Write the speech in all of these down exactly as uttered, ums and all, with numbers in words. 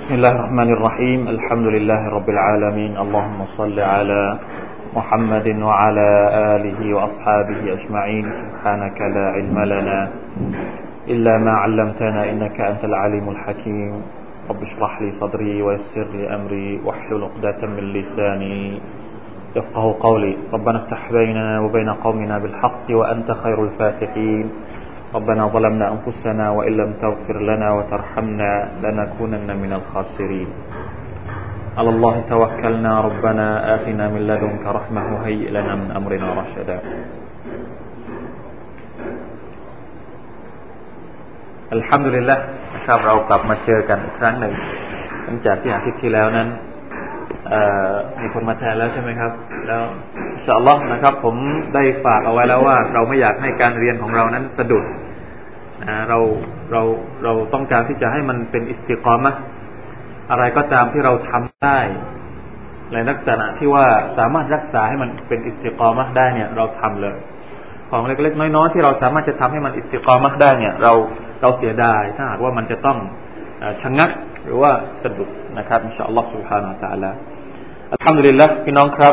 بسم الله الرحمن الرحيم الحمد لله رب العالمين اللهم صل على محمد وعلى آله وأصحابه أجمعين سبحانك لا علم لنا إلا ما علمتنا إنك أنت العليم الحكيم رب اشرح لي صدري ويسر لي أمري واحلل عقدة من لساني يفقه قولي ربنا افتح بيننا وبين قومنا بالحق وأنت خير الفاتحين ربنا ظلمنا أنفسنا وإن لم تغفر لنا وترحمنا لنكونن من الخاسرين على الله توكلنا ربنا آتنا من لدنك رحمة وهيئ لنا من أمرنا رشداอัลฮัมดุลิลละห์นะครับเรากลับมาเจอกันอีกครั้งหนึ่งหลังจากที่อาทิตย์ที่แล้วนั้นมีคนมาแทนแล้วใช่ไหมครับแล้วอินชาอัลลอฮ์นะครับผมได้ฝากเอาไว้แล้วว่าเราไม่อยากให้การเรียนของเรานั้นสะดุดนะเราเราเราต้องการที่จะให้มันเป็นอิสติกอมะห์อะไรก็ตามที่เราทำได้ในลักษณะที่ว่าสามารถรักษาให้มันเป็นอิสติกอมะห์ได้เนี่ยเราทำเลยของเล็กๆน้อยๆที่เราสามารถจะทำให้มันอิสติกอมะห์ได้เนี่ยเราเราเสียดายถ้าหากว่ามันจะต้องชะงักหรือว่าสะดุดนะครับอินชาอัลลอฮ์ سبحانه และ تعالى อัลฮัมดุลิลละห์พี่น้องครับ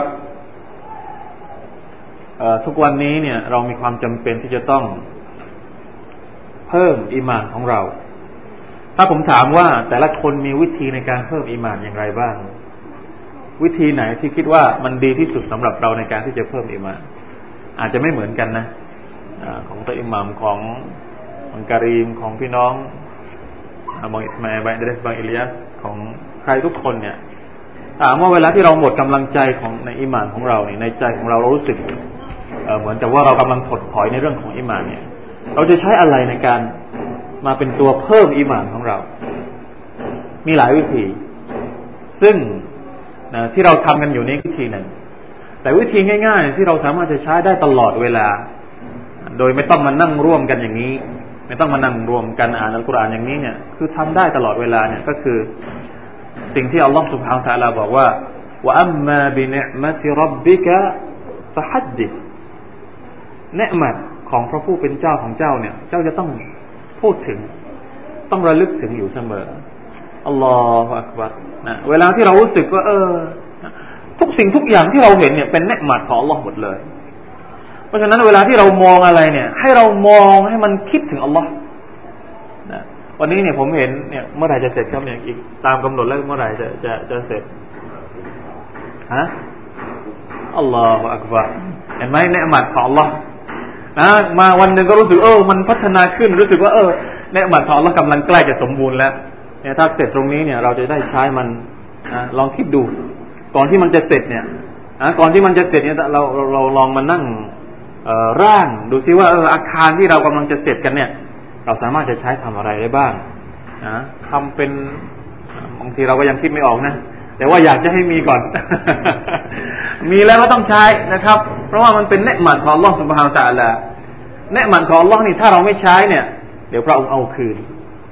ทุกวันนี้เนี่ยเรามีความจำเป็นที่จะต้องเพิ่มอีหม่านของเราถ้าผมถามว่าแต่ละคนมีวิธีในการเพิ่มอีหม่านอย่างไรบ้างวิธีไหนที่คิดว่ามันดีที่สุดสำหรับเราในการที่จะเพิ่มอีหม่านอาจจะไม่เหมือนกันนะของตัวอิหม่ามของของการีมของพี่น้องบางอิสมาอิลบางอิดริสบางอิลียัสของใครทุกคนเนี่ยถามว่าเวลาที่เราหมดกำลังใจของในอีหม่านของเราเนี่ยในใจของเราเรารู้สึกเอ่อเหมือนกับว่าเรากำลังถดถอยในเรื่องของอีหม่านเนี่ยเราจะใช้อะไรในการมาเป็นตัวเพิ่มอีหม่านของเรามีหลายวิธีซึ่งนะที่เราทำกันอยู่นี้วิธีหนึ่งแต่วิธีง่ายๆที่เราสามารถจะใช้ได้ตลอดเวลาโดยไม่ต้องมานั่งร่วมกันอย่างนี้ไม่ต้องมานั่งรวมกันอ่านอัลกุรอานอย่างนี้เนี่ยคือทำได้ตลอดเวลาเนี่ยก็คือสิ่งที่อัลลอฮฺ سبحانه และ تعالى บอกว่าว่าอัมมาบินิอ์มะติร็อบบิกะฟะฮัดดิษเนือ์มัตของพระผู้เป็นเจ้าของเจ้าเนี่ยเจ้าจะต้องพูดถึงต้องระลึกถึงอยู่เสมออัลลอฮฺอักบัรนะเวลาที่เรารู้สึกว่าเออทุกสิ่งทุกอย่างที่เราเห็นเนี่ยเป็นเนือ์มัตของอัลลอฮฺหมดเลยเพราะฉะนั้นเวลาที่เรามองอะไรเนี่ยให้เรามองให้มันคิดถึงอัลลอฮ์นะวันนี้เนี่ยผมเห็นเนี่ยเมื่อไหร่จะเสร็จครับเนี่ยอีกตามกำหนดแล้วเมื่อไหร่จะจะจะเสร็จฮะอัลลอฮฺอักบัรเห็นไหมเนือ์มัตของอัลลอฮ์นะมาวันหนึ่งก็รู้สึกเออมันพัฒนาขึ้นรู้สึกว่าเออเนือ์มัตของอัลลอฮ์กำลังใกล้จะสมบูรณ์แล้วเนี่ยถ้าเสร็จตรงนี้เนี่ยเราจะได้ใช้มันนะลองคิดดูก่อนที่มันจะเสร็จเนี่ยนะก่อนที่มันจะเสร็จเนี่ยเราเราเราลองมานั่งร่างดูซิว่าเอออาคารที่เรากำลังจะเสร็จกันเนี่ยเราสามารถจะใช้ทำอะไรได้บ้างนะทำเป็นบางทีเราก็ยังคิดไม่ออกนะแต่ว่าอยากจะให้มีก่อน มีแล้วก็ต้องใช้นะครับเพราะว่ามันเป็นเนือ์มัตของอัลเลาะห์ซุบฮานะฮูวะตะอาลาเนือ์มัตของอัลเลาะห์นี่ถ้าเราไม่ใช้เนี่ยเดี๋ยวพระองค์เอาคืน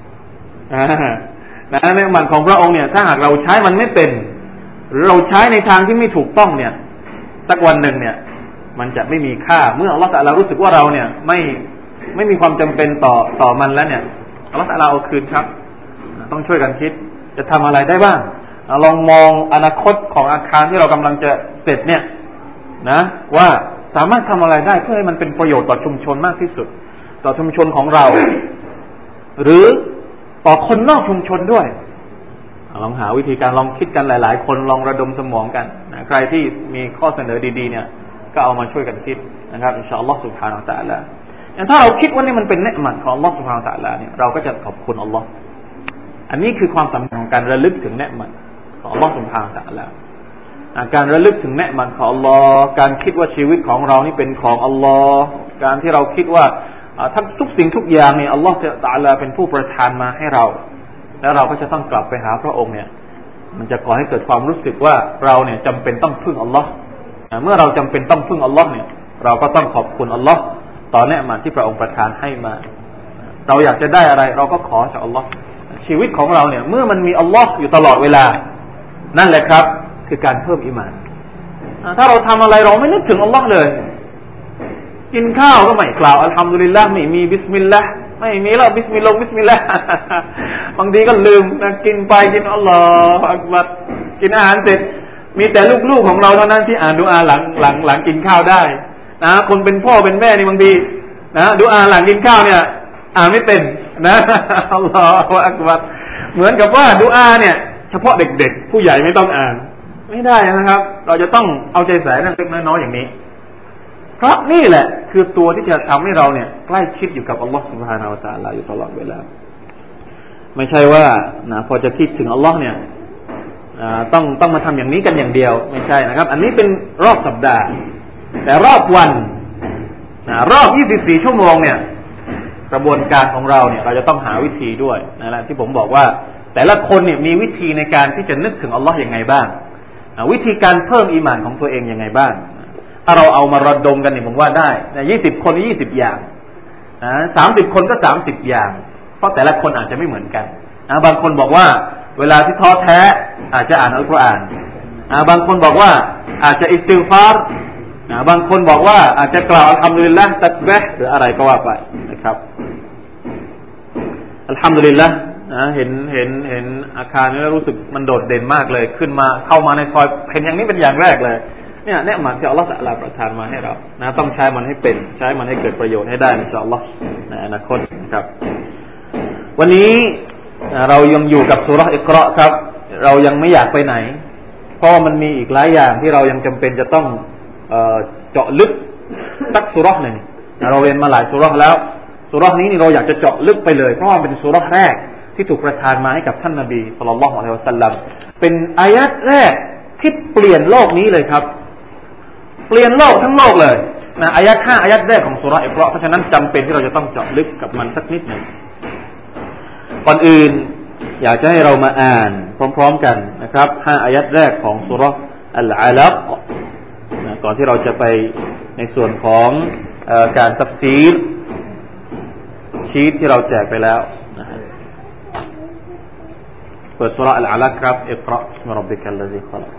นะเนือ์มัตของพระองค์เนี่ยถ้าหากเราใช้มันไม่เป็นหรือเราใช้ในทางที่ไม่ถูกต้องเนี่ยสักวันหนึ่งเนี่ยมันจะไม่มีค่าเมื่ออัลเลาะห์ตะอาลารู้สึกว่าเราเนี่ยไม่ไม่มีความจำเป็นต่อต่อมันแล้วเนี่ยอัลเลาะห์ตะอาลาเอาคืนครับต้องช่วยกันคิดจะทำอะไรได้บ้างลองมองอนาคตของอาคารที่เรากำลังจะเสร็จเนี่ยนะว่าสามารถทำอะไรได้เพื่อให้มันเป็นประโยชน์ต่อชุมชนมากที่สุดต่อชุมชนของเราหรือต่อคนนอกชุมชนด้วยลองหาวิธีการลองคิดกันหลายๆคนลองระดมสมองกันนะใครที่มีข้อเสนอดีๆเนี่ยก็เอามาช่วยกันคิดนะครับอินชาอัลลอฮฺ سبحانه และ تعالى อย่างถ้าเราคิดว่านี่มันเป็นเนือ์มัตของอัลลอฮฺ سبحانه และ تعالى เนี่ยเราก็จะขอบคุณอัลลอฮฺอันนี้คือความสำคัญของการระลึกถึงเนือ์มัตของอัลลอฮฺ سبحانه และ تعالى การระลึกถึงเนือ์มัตของอัลลอฮฺการคิดว่าชีวิตของเรานี่เป็นของอัลลอฮฺการที่เราคิดว่าทั้งทุกสิ่งทุกอย่างเนี่ยอัลลอฮฺ تعالى เป็นผู้ประทานมาให้เราแล้วเราก็จะต้องกลับไปหาพระองค์เนี่ยมันจะก่อให้เกิดความรู้สึกว่าเราเนี่ยจำเป็นต้องพึ่งอัลลอฮฺเมื่อเราจำเป็นต้องพึ่งอัลลอฮ์เนี่ยเราก็ต้องขอบคุณอัลลอฮ์ต่อเนือ์มัตที่พระองค์ประทานให้มาเราอยากจะได้อะไรเราก็ขอจากอัลลอฮ์ชีวิตของเราเนี่ยเมื่อมันมีอัลลอฮ์อยู่ตลอดเวลานั่นแหละครับคือการเพิ่มอีหม่านถ้าเราทำอะไรเราไม่นึกถึงอัลลอฮ์เลยกินข้าวก็ไม่กล่าวอัลฮัมดุลิลละห์ไม่มีบิสมิลลาห์ไม่มีแล้วบิสมิลลาห์บิสมิลลาห์บางทีก็ลืมนะกินไปกินอัลลอฮฺอักบัรกินอาหารเสร็จมีแต่ลูกๆของเราเท่านั้นที่อ่านดุอาหลังหลังหลังกินข้าวได้นะคนเป็นพ่อเป็นแม่นี่บางทีนะดุอาหลังกินข้าวเนี่ยอ่านไม่เป็นนะอัลลอฮฺอักบัรเหมือนกับว่าดุอาเนี่ยเฉพาะเด็กๆผู้ใหญ่ไม่ต้องอ่านไม่ได้นะครับเราจะต้องเอาใจใส่เล็กๆน้อยๆอย่างนี้เพราะนี่แหละคือตัวที่จะทำให้เราเนี่ยใกล้ชิดอยู่กับอัลลอฮฺ سبحانه และ تعالى อยู่ตลอดเวลาไม่ใช่ว่านะพอจะคิดถึงอัลลอฮ์เนี่ยต้องต้องมาทำอย่างนี้กันอย่างเดียวไม่ใช่นะครับอันนี้เป็นรอบสัปดาห์แต่รอบวันนะรอบยี่สิบสี่ชั่วโมงเนี่ยกระบวนการของเราเนี่ยเราจะต้องหาวิธีด้วยนั่นแหละที่ผมบอกว่าแต่ละคนเนี่ยมีวิธีในการที่จะนึกถึงอัลลอฮ์ยังไงบ้างวิธีการเพิ่มอีหม่านของตัวเองยังไงบ้างถ้าเราเอามาระดมกันเนี่ยผมว่าได้นะยี่สิบคนยี่สิบอย่างนะสามสิบคนก็สามสิบอย่างเพราะแต่ละคนอาจจะไม่เหมือนกันนะบางคนบอกว่าเวลาที่ท้อแท้อาจจะอ่านอัลกุรอานนะบางคนบอกว่าอาจจะอิสติฆฟารนะบางคนบอกว่าอาจจะกล่าวอัลฮัมดุลิลละห์ตัสบีฮ์หรืออะไรก็ว่าไปนะครับอัลฮัมดุลิลละห์นะเห็นเห็นเห็นอาคารนี้แล้วรู้สึกมันโดดเด่นมากเลยขึ้นมาเข้ามาในซอยเห็นอย่างนี้เป็นอย่างแรกเลยเนี่ยเนี่ยมันที่อัลลอฮฺตะอาลาประทานมาให้เรานะต้องใช้มันให้เป็นใช้มันให้เกิดประโยชน์ให้ได้อินชาอัลลอฮฺในอนาคตนะครับวันนี้เรายังอยู่กับซูเราะห์อิกเราะห์ครับเรายังไม่อยากไปไหนเพราะมันมีอีกหลายอย่างที่เรายังจำเป็นจะต้องเอ่อเจาะลึกสักซูเราะห์หนึ่งเราเรียนมาหลายซูเราะห์แล้วซูเราะห์นี้นี่เราอยากจะเจาะลึกไปเลยเพราะว่าเป็นซูเราะห์แรกที่ถูกประทานมาให้กับท่านนบีศ็อลลัลลอฮุอะลัยฮิวะซัลลัมเป็นอายะห์แรกที่เปลี่ยนโลกนี้เลยครับเปลี่ยนโลกทั้งโลกเลยนะอายะห์ห้าอายะห์แรกของซูเราะห์อิกเราะห์เพราะฉะนั้นจำเป็นที่เราจะต้องเจาะลึกกับมันสักนิดหนึ่งก่อนอื่นอยากจะให้เรามาอ่านพร้อมๆกันนะครับห้าอายะห์แรกของซูเราะห์อัลอะลักนะก่อนที่เราจะไปในส่วนของเอ่อการตัฟซีรชีทที่เราแจกไปแล้วนะเปิดซูเราะห์อัลอะลักครับอิกเราะห์บิสมิร็อบบิกัลลซีคอลัก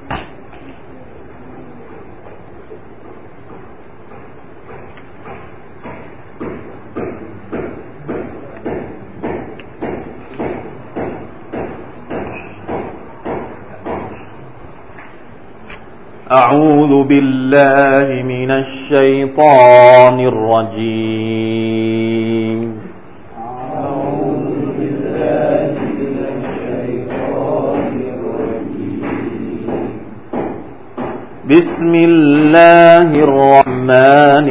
أعوذ بالله من الشيطان الرجيم أعوذ بالله من الشيطان الرجيم بسم الله الرحمن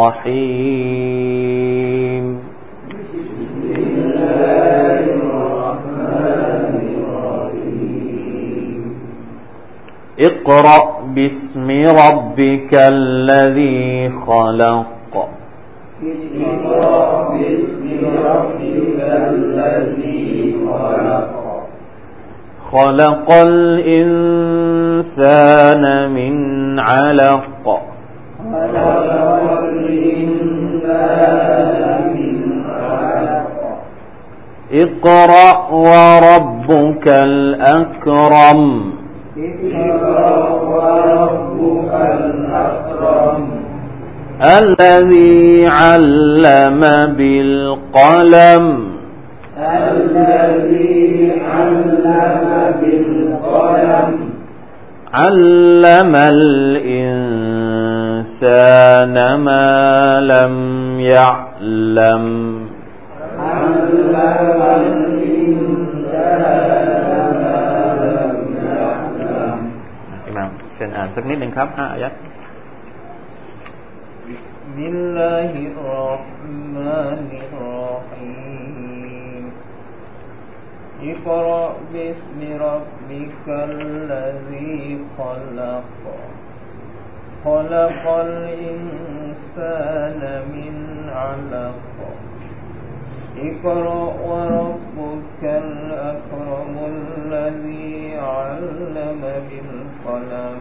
الرحيم بسم الله الرحمن الرحيم اقرأ باسم ربك الذي خلق اقرأ باسم ربك الذي خلق خلق الإنسان من علق خلق الإنسان من علق اقرأ وربك الأكرم اقرأ وربك الأكرم الذي علم بالقلم الذي علم بالقلم علم الإنسان ما لم يعلم علم الإنسانเชิญอ่านสักนิดหนึ่งครับห้าอายะห์บิสมิลลาฮิรเราะห์มานิรเราะฮีมอิกเราะบิสมิร็อบบิกัลลซีคอลักคอลักัลอินซานมินอะลักاقرأ وربك الأكرم الذي علم بالقلم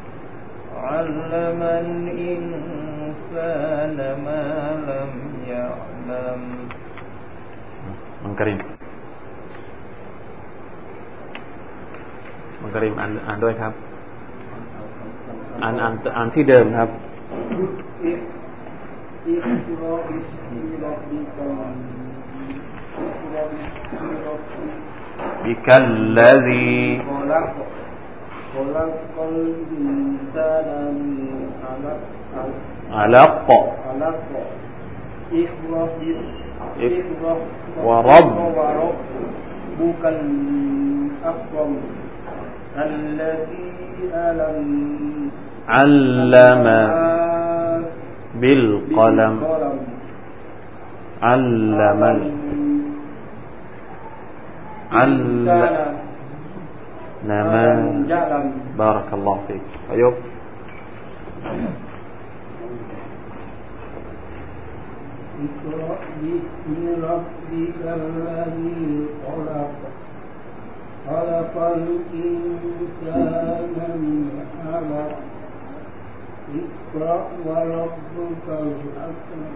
علم الإنسان ما لم يعلم มังกริมมังกริมอ่านอ่านด้วยครับอ่านอ่านอ่านที่เดิมครับ اقرأ باسم ربك اقرأ باسم ربك بك الذي خلق خلق الإنسان من علق علق علق اقرأ اقرأ ورب وربك الأكرم الذي علم علم بالقلم علم علم بارك الله فيك أيوب اقرأ باسم ربك الذي خلق خلق الإنسان من علق اقرأ وربك الأكرم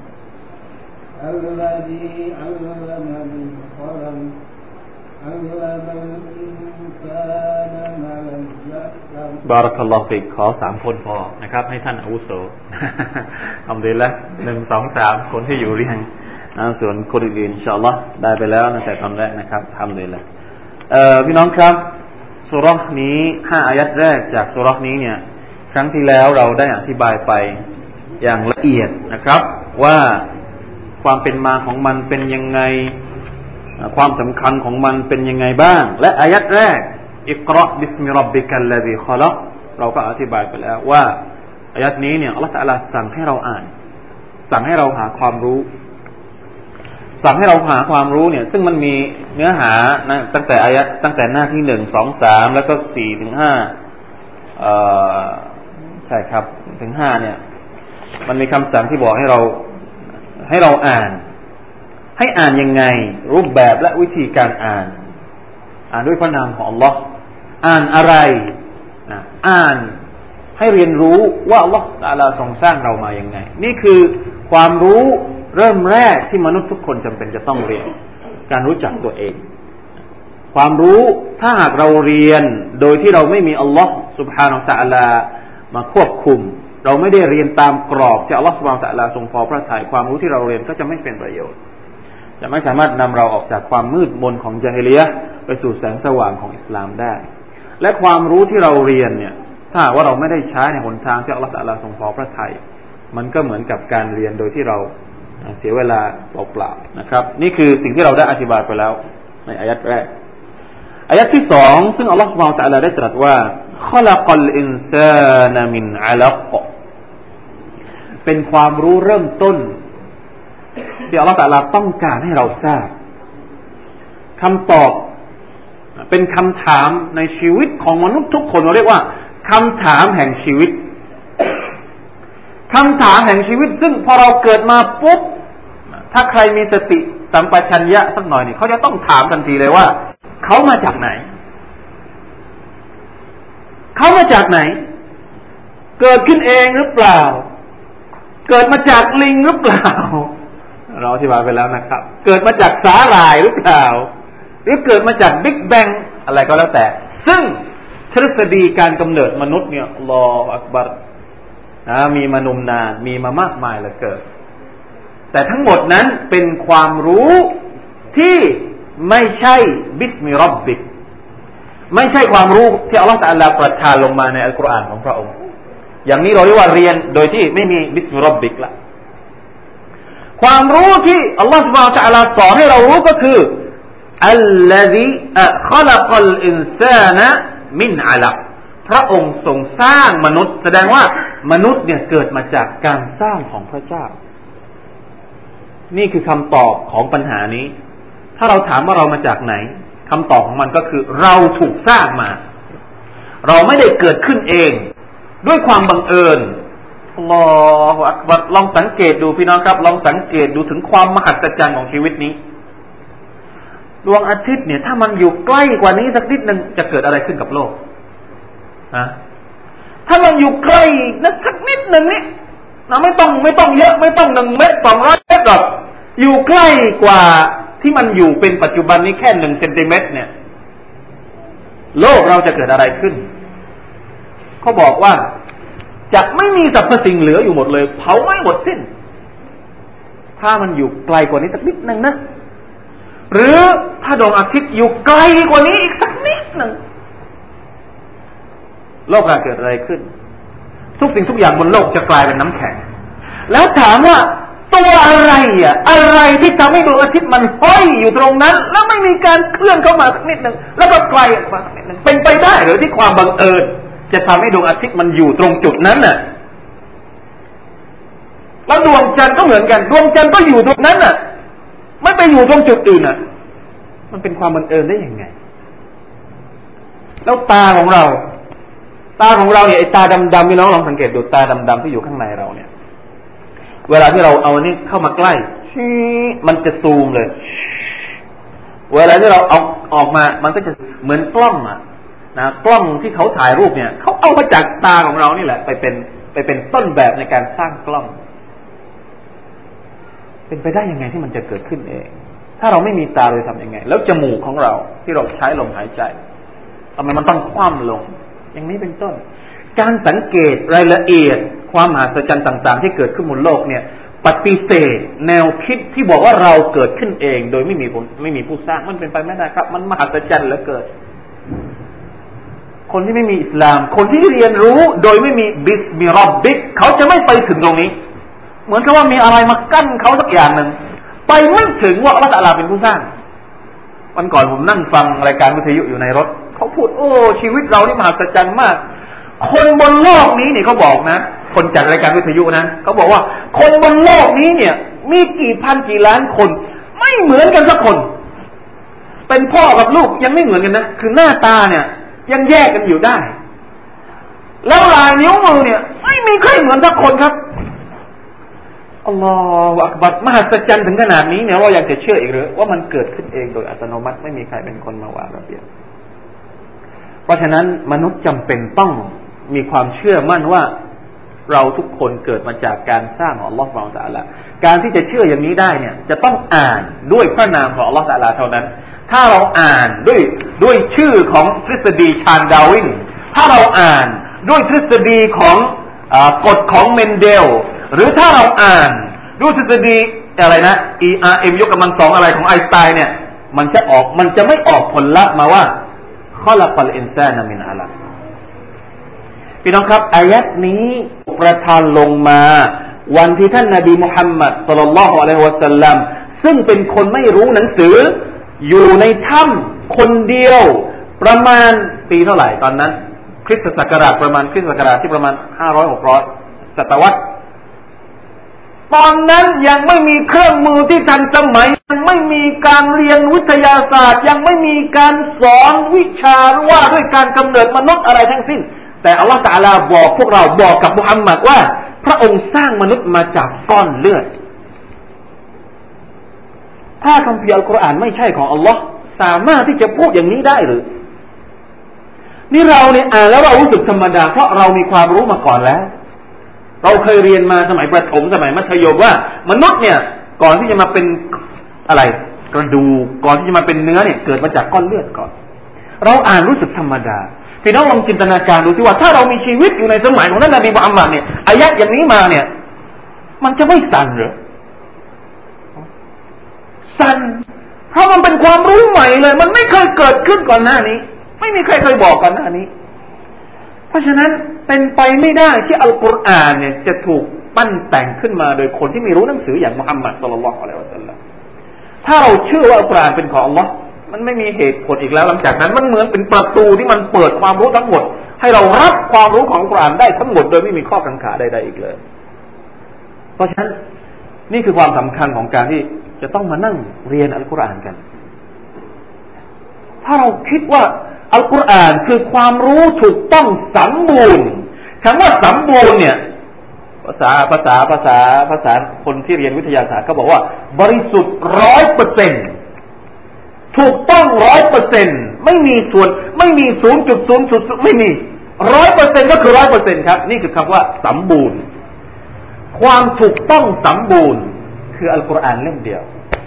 الذي علم بالقلم علم الإنسان ما لم يعلم บารักัลลอฮุฟิกขอสามคนพอนะครับให้ท่านอาวุโสทำดีแล้วหนึ่งสองสามคนที่อยู่เรียงส่วนคนอื่นอินชาอัลลอฮ์ได้ไปแล้วตั้งแต่ตอนแรกนะครับทำดีแล้วพี่น้องครับซูเราะห์นี้ห้าอายัดแรกจากซูเราะห์นี้เนี่ยครั้งที่แล้วเราได้อธิบายไปอย่างละเอียดนะครับว่าความเป็นมาของมันเป็นยังไงความสำคัญของมันเป็นยังไงบ้างและอายัดแรกอิกเราะบิสมิร็อบบิกัลลซีคอลักเราก็อธิบายไปแล้วว่าอายัดนี้เนี่ยอัลเลาะห์ตะอาลาสั่งให้เราอ่านสั่งให้เราหาความรู้สั่งให้เราหาความรู้เนี่ยซึ่งมันมีเนื้อหานะตั้งแต่อายัดตั้งแต่หน้าที่หนึ่ง สอง สามแล้วก็สี่ถึงห้าเอ่อใช่ครับถึงห้าเนี่ยมันมีคำสั่งที่บอกให้เราให้เราอ่านให้อ่านยังไงรูปแบบและวิธีการอ่านอ่านด้วยพระนามของอัลลอฮ์อ่านอะไรอ่านให้เรียนรู้ว่าอัลลอฮ์ตะอาลาทรงสร้างเรามายังไงนี่คือความรู้เริ่มแรกที่มนุษย์ทุกคนจำเป็นจะต้องเรียนการรู้จักตัวเองความรู้ถ้าหากเราเรียนโดยที่เราไม่มีอัลลอฮ์ซุบฮานะฮูวะตะอาลามาควบคุมเราไม่ได้เรียนตามกรอบที่อัลลอฮ์ซุบฮานะฮูวะตะอาลาทรงพอพระทัยความรู้ที่เราเรียนก็จะไม่เป็นประโยชน์จะไม่สามารถนำเราออกจากความมืดมนของญะฮิลิยะห์ไปสู่แสงสว่างของอิสลามได้และความรู้ที่เราเรียนเนี่ยถ้าว่าเราไม่ได้ใช้ในหนทางที่อัลลอฮ์ตะอาลาทรงพอพระทัยมันก็เหมือนกับการเรียนโดยที่เราเสียเวลาเปล่าๆนะครับนี่คือสิ่งที่เราได้อธิบายไปแล้วในอายัดแรกอายัดที่สองซึ่งอัลลอฮฺ ซุบฮานะฮูวะตะอาลาได้ตรัสว่าขะลักัลอินซานมินอะลักเป็นความรู้เริ่มต้นที่อัลลอฮฺตะอาลาต้องการให้เราทราบคำตอบเป็นคำถามในชีวิตของมนุษย์ทุกคนเราเรียกว่าคำถามแห่งชีวิตคำถามแห่งชีวิตซึ่งพอเราเกิดมาปุ๊บถ้าใครมีสติสัมปชัญญะสักหน่อยนี่เขาจะต้องถามทันทีเลยว่าเขามาจากไหนเขามาจากไหนเกิดขึ้นเองหรือเปล่าเกิดมาจากลิงหรือเปล่าเราอธิบายไปแล้วนะครับเกิดมาจากสาหร่ายหรือเปล่าหรือเกิดมาจากบิ๊กแบงอะไรก็แล้วแต่ซึ่งทฤษฎีการกำเนิดมนุษย์เนี่ยอัลลอฮฺอักบัรนะมีมานมนานมีมามากมายเหลือเกินแต่ทั้งหมดนั้นเป็นความรู้ที่ไม่ใช่บิสมิร็อบบิกไม่ใช่ความรู้ที่อัลลอฮฺตะอาลาประทานลงมาในอัลกุรอานของพระองค์อย่างนี้เราเรียกว่าเรียนโดยที่ไม่มีบิสมิร็อบบิกละความรู้ที่อัลลอฮฺซุบฮานะฮูวะตะอาลาสอนให้เรารู้ก็คืออัลลซีขะลักัลอินซานะมินอะลักพระองค์ทรงสร้างมนุษย์แสดงว่ามนุษย์เนี่ยเกิดมาจากการสร้างของพระเจ้านี่คือคำตอบของปัญหานี้ถ้าเราถามว่าเรามาจากไหนคำตอบของมันก็คือเราถูกสร้างมาเราไม่ได้เกิดขึ้นเองด้วยความบังเอิญอัลลอฮฺอักบัรลองสังเกตดูพี่น้องครับลองสังเกตดูถึงความมหัศจรรย์ของชีวิตนี้ดวงอาทิตย์เนี่ยถ้ามันอยู่ใกล้กว่านี้สักนิดนึงจะเกิดอะไรขึ้นกับโลกนะถ้ามันอยู่ใกล้นะสักนิดนึงนี่นะไม่ต้องไม่ต้องเยอะไม่ต้องหนึ่งเมตรสองร้อยเมตรหรอกอยู่ใกล้กว่าที่มันอยู่เป็นปัจจุบันนี้แค่หนึ่งเซนติเมตรเนี่ยโลกเราจะเกิดอะไรขึ้นเขาบอกว่าจะไม่มีสรรพสิ่งเหลืออยู่หมดเลยเผาไม่หมดสิ้นถ้ามันอยู่ไกลกว่านี้สักนิดนึงนะหรือถ้าดวงอาทิตย์อยู่ไกลกว่านี้อีกสักนิดนึงโลกจะเกิดอะไรขึ้นทุกสิ่งทุกอย่างบนโลกจะกลายเป็นน้ำแข็งแล้วถามว่าตัวอะไรอ่ะอะไรที่ทำให้ดวงอาทิตย์มันห้อยอยู่ตรงนั้นแล้วไม่มีการเคลื่อนเข้ามาสักนิดนึงแล้วก็ไกลออกมาสักนิดนึงเป็นไปได้หรือที่ความบังเอิญจะทำให้ดวงอาทิตย์มันอยู่ตรงจุดนั้นน่ะแล้วดวงจันทร์ก็เหมือนกันดวงจันทร์ก็อยู่ตรงนั้นน่ะไม่ไปอยู่ตรงจุดอื่นน่ะมันเป็นความบังเอิญได้ยังไงแล้วตาของเราตาของเราเนี่ยไอ้ตาดำๆพี่น้องลองสังเกตดูตาดำๆที่อยู่ข้างในเราเนี่ยเวลาที่เราเอานี่เข้ามาใกล้มันจะซูมเลยเวลาที่เราเอาออกมามันก็จะเหมือนกล้องอ่ะนะกล้องที่เขาถ่ายรูปเนี่ยเขาเอามาจากตาของเรานี่แหละไปเป็นไปเป็นต้นแบบในการสร้างกล้องเป็นไปได้ยังไงที่มันจะเกิดขึ้นเองถ้าเราไม่มีตาเราจะทำยังไงแล้วจมูกของเราที่เราใช้ลมหายใจทำไมมันต้องคว่ำลงอย่างนี้เป็นต้นการสังเกตรายละเอียดความมหัศจรรย์ต่างๆที่เกิดขึ้นบนโลกเนี่ยปฏิเสธแนวคิดที่บอกว่าเราเกิดขึ้นเองโดยไม่มีไม่มีผู้สร้างมันเป็นไปไม่ได้ครับมันมหัศจรรย์เหลือเกินคนที่ไม่มีอิสลามคนที่เรียนรู้โดยไม่มีบิสมิร็อบบิกเขาจะไม่ไปถึงตรงนี้เหมือนกับว่ามีอะไรมากั้นเขาสักอย่างหนึ่งไปไม่ถึงว่าอัลเลาะห์ตะอาลาเป็นผู้สร้างวันก่อนผมนั่งฟังรายการวิทยุอยู่ในรถเขาพูดโอ้ชีวิตเรานี่มหัศจรรย์มากคนบนโลกนี้เนี่ยเขาบอกนะคนจัดรายการวิทยุนะเขาบอกว่าคนบนโลกนี้เนี่ยมีกี่พันกี่ล้านคนไม่เหมือนกันสักคนเป็นพ่อกับลูกยังไม่เหมือนกันนะคือหน้าตาเนี่ยยังแยกกันอยู่ได้แล้วลายนิ้วมือเนี่ยไม่มีใครเหมือนสักคนครับอัลลอฮฺอักบัรมหัศจรรย์ถึงขนาดนี้เนี่ยเราอยากจะเชื่ออีกหรือว่ามันเกิดขึ้นเองโดยอัตโนมัติไม่มีใครเป็นคนมาวางระเบียบเพราะฉะนั้นมนุษย์จำเป็นต้องมีความเชื่อมั่นว่าเราทุกคนเกิดมาจากการสร้างของอัลลอฮฺซุบฮานะฮูวะตะอาลาการที่จะเชื่ออย่างนี้ได้เนี่ยจะต้องอ่านด้วยพระนามของอัลลอฮฺตะอาลาเท่านั้นถ้าเราอ่านด้วยด้วยชื่อของทฤษฎีชาร์ลส์ดาร์วินถ้าเราอ่านด้วยทฤษฎีของกฎของเมนเดลหรือถ้าเราอ่านด้วยทฤษฎีอะไรนะ E R M ยกกำลังสองอะไรของไอน์สไตน์เนี่ยมันจะออกมันจะไม่ออกผลลัพธ์มาว่าขอลักัลอินซานะมินอะลักพี่น้องครับอายัดนี้ประทานลงมาวันที่ท่านนบีมุฮัมมัดศ็อลลัลลอฮุอะลัยฮิวะซัลลัมซึ่งเป็นคนไม่รู้หนังสืออยู่ในถ้ำคนเดียวประมาณปีเท่าไหร่ตอนนั้นคริสตศักราชประมาณคริสตศักราชที่ประมาณห้าร้อย หกร้อยศตวรรษตอนนั้นยังไม่มีเครื่องมือที่ทันสมัยยังไม่มีการเรียนวิทยาศาสตร์ยังไม่มีการสอนวิชาว่าด้วยการกำเนิดมนุษย์อะไรทั้งสิ้นแต่อัลลอฮฺตะอาลาบอกพวกเราบอกกับมุฮัมมัดว่าพระองค์สร้างมนุษย์มาจากก้อนเลือดถ้าคัมภีร์อัลกุรอานไม่ใช่ของอัลลอฮ์สามารถที่จะพูดอย่างนี้ได้หรือนี่เราเนี่ยอ่านแล้วเรารู้สึกธรรมดาเพราะเรามีความรู้มาก่อนแล้วเราเคยเรียนมาสมัยประถมสมัยมัธยมว่ามนุษย์เนี่ยก่อนที่จะมาเป็นอะไรกระดูกก่อนที่จะมาเป็นเนื้อเนี่ยเกิดมาจากก้อนเลือดก่อนเราอ่านรู้สึกธรรมดาพี่น้องลองจินตนาการดูสิว่าถ้าเรามีชีวิตอยู่ในสมัยของท่านนบีมุฮัมมัดเนี่ยอายะห์อย่างนี้มาเนี่ยมันจะไม่สั่นหรือสั่นเพราะมันเป็นความรู้ใหม่เลยมันไม่เคยเกิดขึ้นก่อนหน้านี้ไม่มีใครเคยบอกก่อนหน้านี้เพราะฉะนั้นเป็นไปไม่ได้ที่อัลกุรอานเนี่ยจะถูกปั้นแต่งขึ้นมาโดยคนที่ไม่รู้หนังสืออย่างมุฮัมมัดศ็อลลัลลอฮุอะลัยฮิวะซัลลัมถ้าเราเชื่อว่าอัลกุรอานเป็นของอัลเลาะห์มันไม่มีเหตุผลอีกแล้วหลังจากนั้นมันเหมือนเป็นประตูที่มันเปิดความรู้ทั้งหมดให้เรารับความรู้ของอัลกุรอานได้ทั้งหมดโดยไม่มีข้อกังขาใดๆอีกเลยเพราะฉะนั้นนี่คือความสำคัญของการที่จะต้องมานั่งเรียนอัลกุรอานกันถ้าเราคิดว่าอัลกุรอานคือความรู้ถูกต้องสมบูรณ์คำว่าสมบูรณ์เนี่ยภาษาภาษาภาษาภาษาคนที่เรียนวิทยาศาสตร์เขาบอกว่าบริสุทธิ์ร้อยเปอร์เซ็นต์ถูกต้องร้อยเปอร์เซ็นต์ไม่มีส่วนไม่มีศูนย์จุดศูนย์จุดไม่มีร้อยเปอร์เซ็นต์ก็คือร้อยเปอร์เซ็นต์ครับนี่คือคำว่าสมบูรณ์ความถูกต้องสมบูรณ์คืออัลกุรอานเล่มเดียว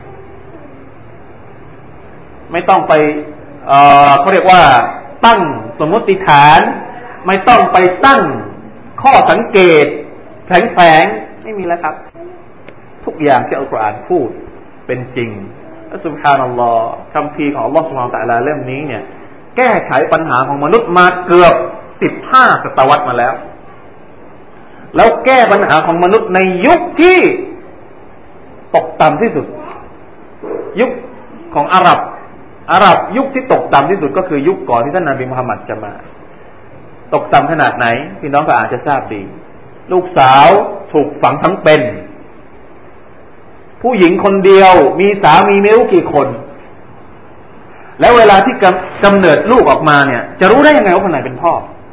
ไม่ต้องไปเอ่อเขาเรียกว่าตั้งสมมติฐานไม่ต้องไปตั้งข้อสังเกตแฝงๆไม่มีแล้วครับทุกอย่างที่อัลกุรอานพูดเป็นจริงและซุบฮานัลลอฮ์คัมภีร์ของอัลลอฮ์ซุบฮานะฮูวะตะอาลาเล่มนี้เนี่ยแก้ไขปัญหาของมนุษย์มาเกือบสิบห้าศตวรรษมาแล้วแล้วแก้ปัญหาของมนุษย์ในยุคที่ตกต่ำที่สุดยุคของอาหรับอาหรับยุคที่ตกต่ำที่สุดก็คือยุคก่อนที่ท่านนบีมุฮัมมัดจะมาตกต่ำขนาดไหนพี่น้องก็อาจจะทราบดีลูกสาวถูกฝังทั้งเป็นผู้หญิงคนเดียวมีสามีไม่รู้กี่คนแล้วเวลาที่กำเนิดลูกออกมาเนี่ยจะรู้ได้ยังไงว่าคนไหนเป็นพ่อ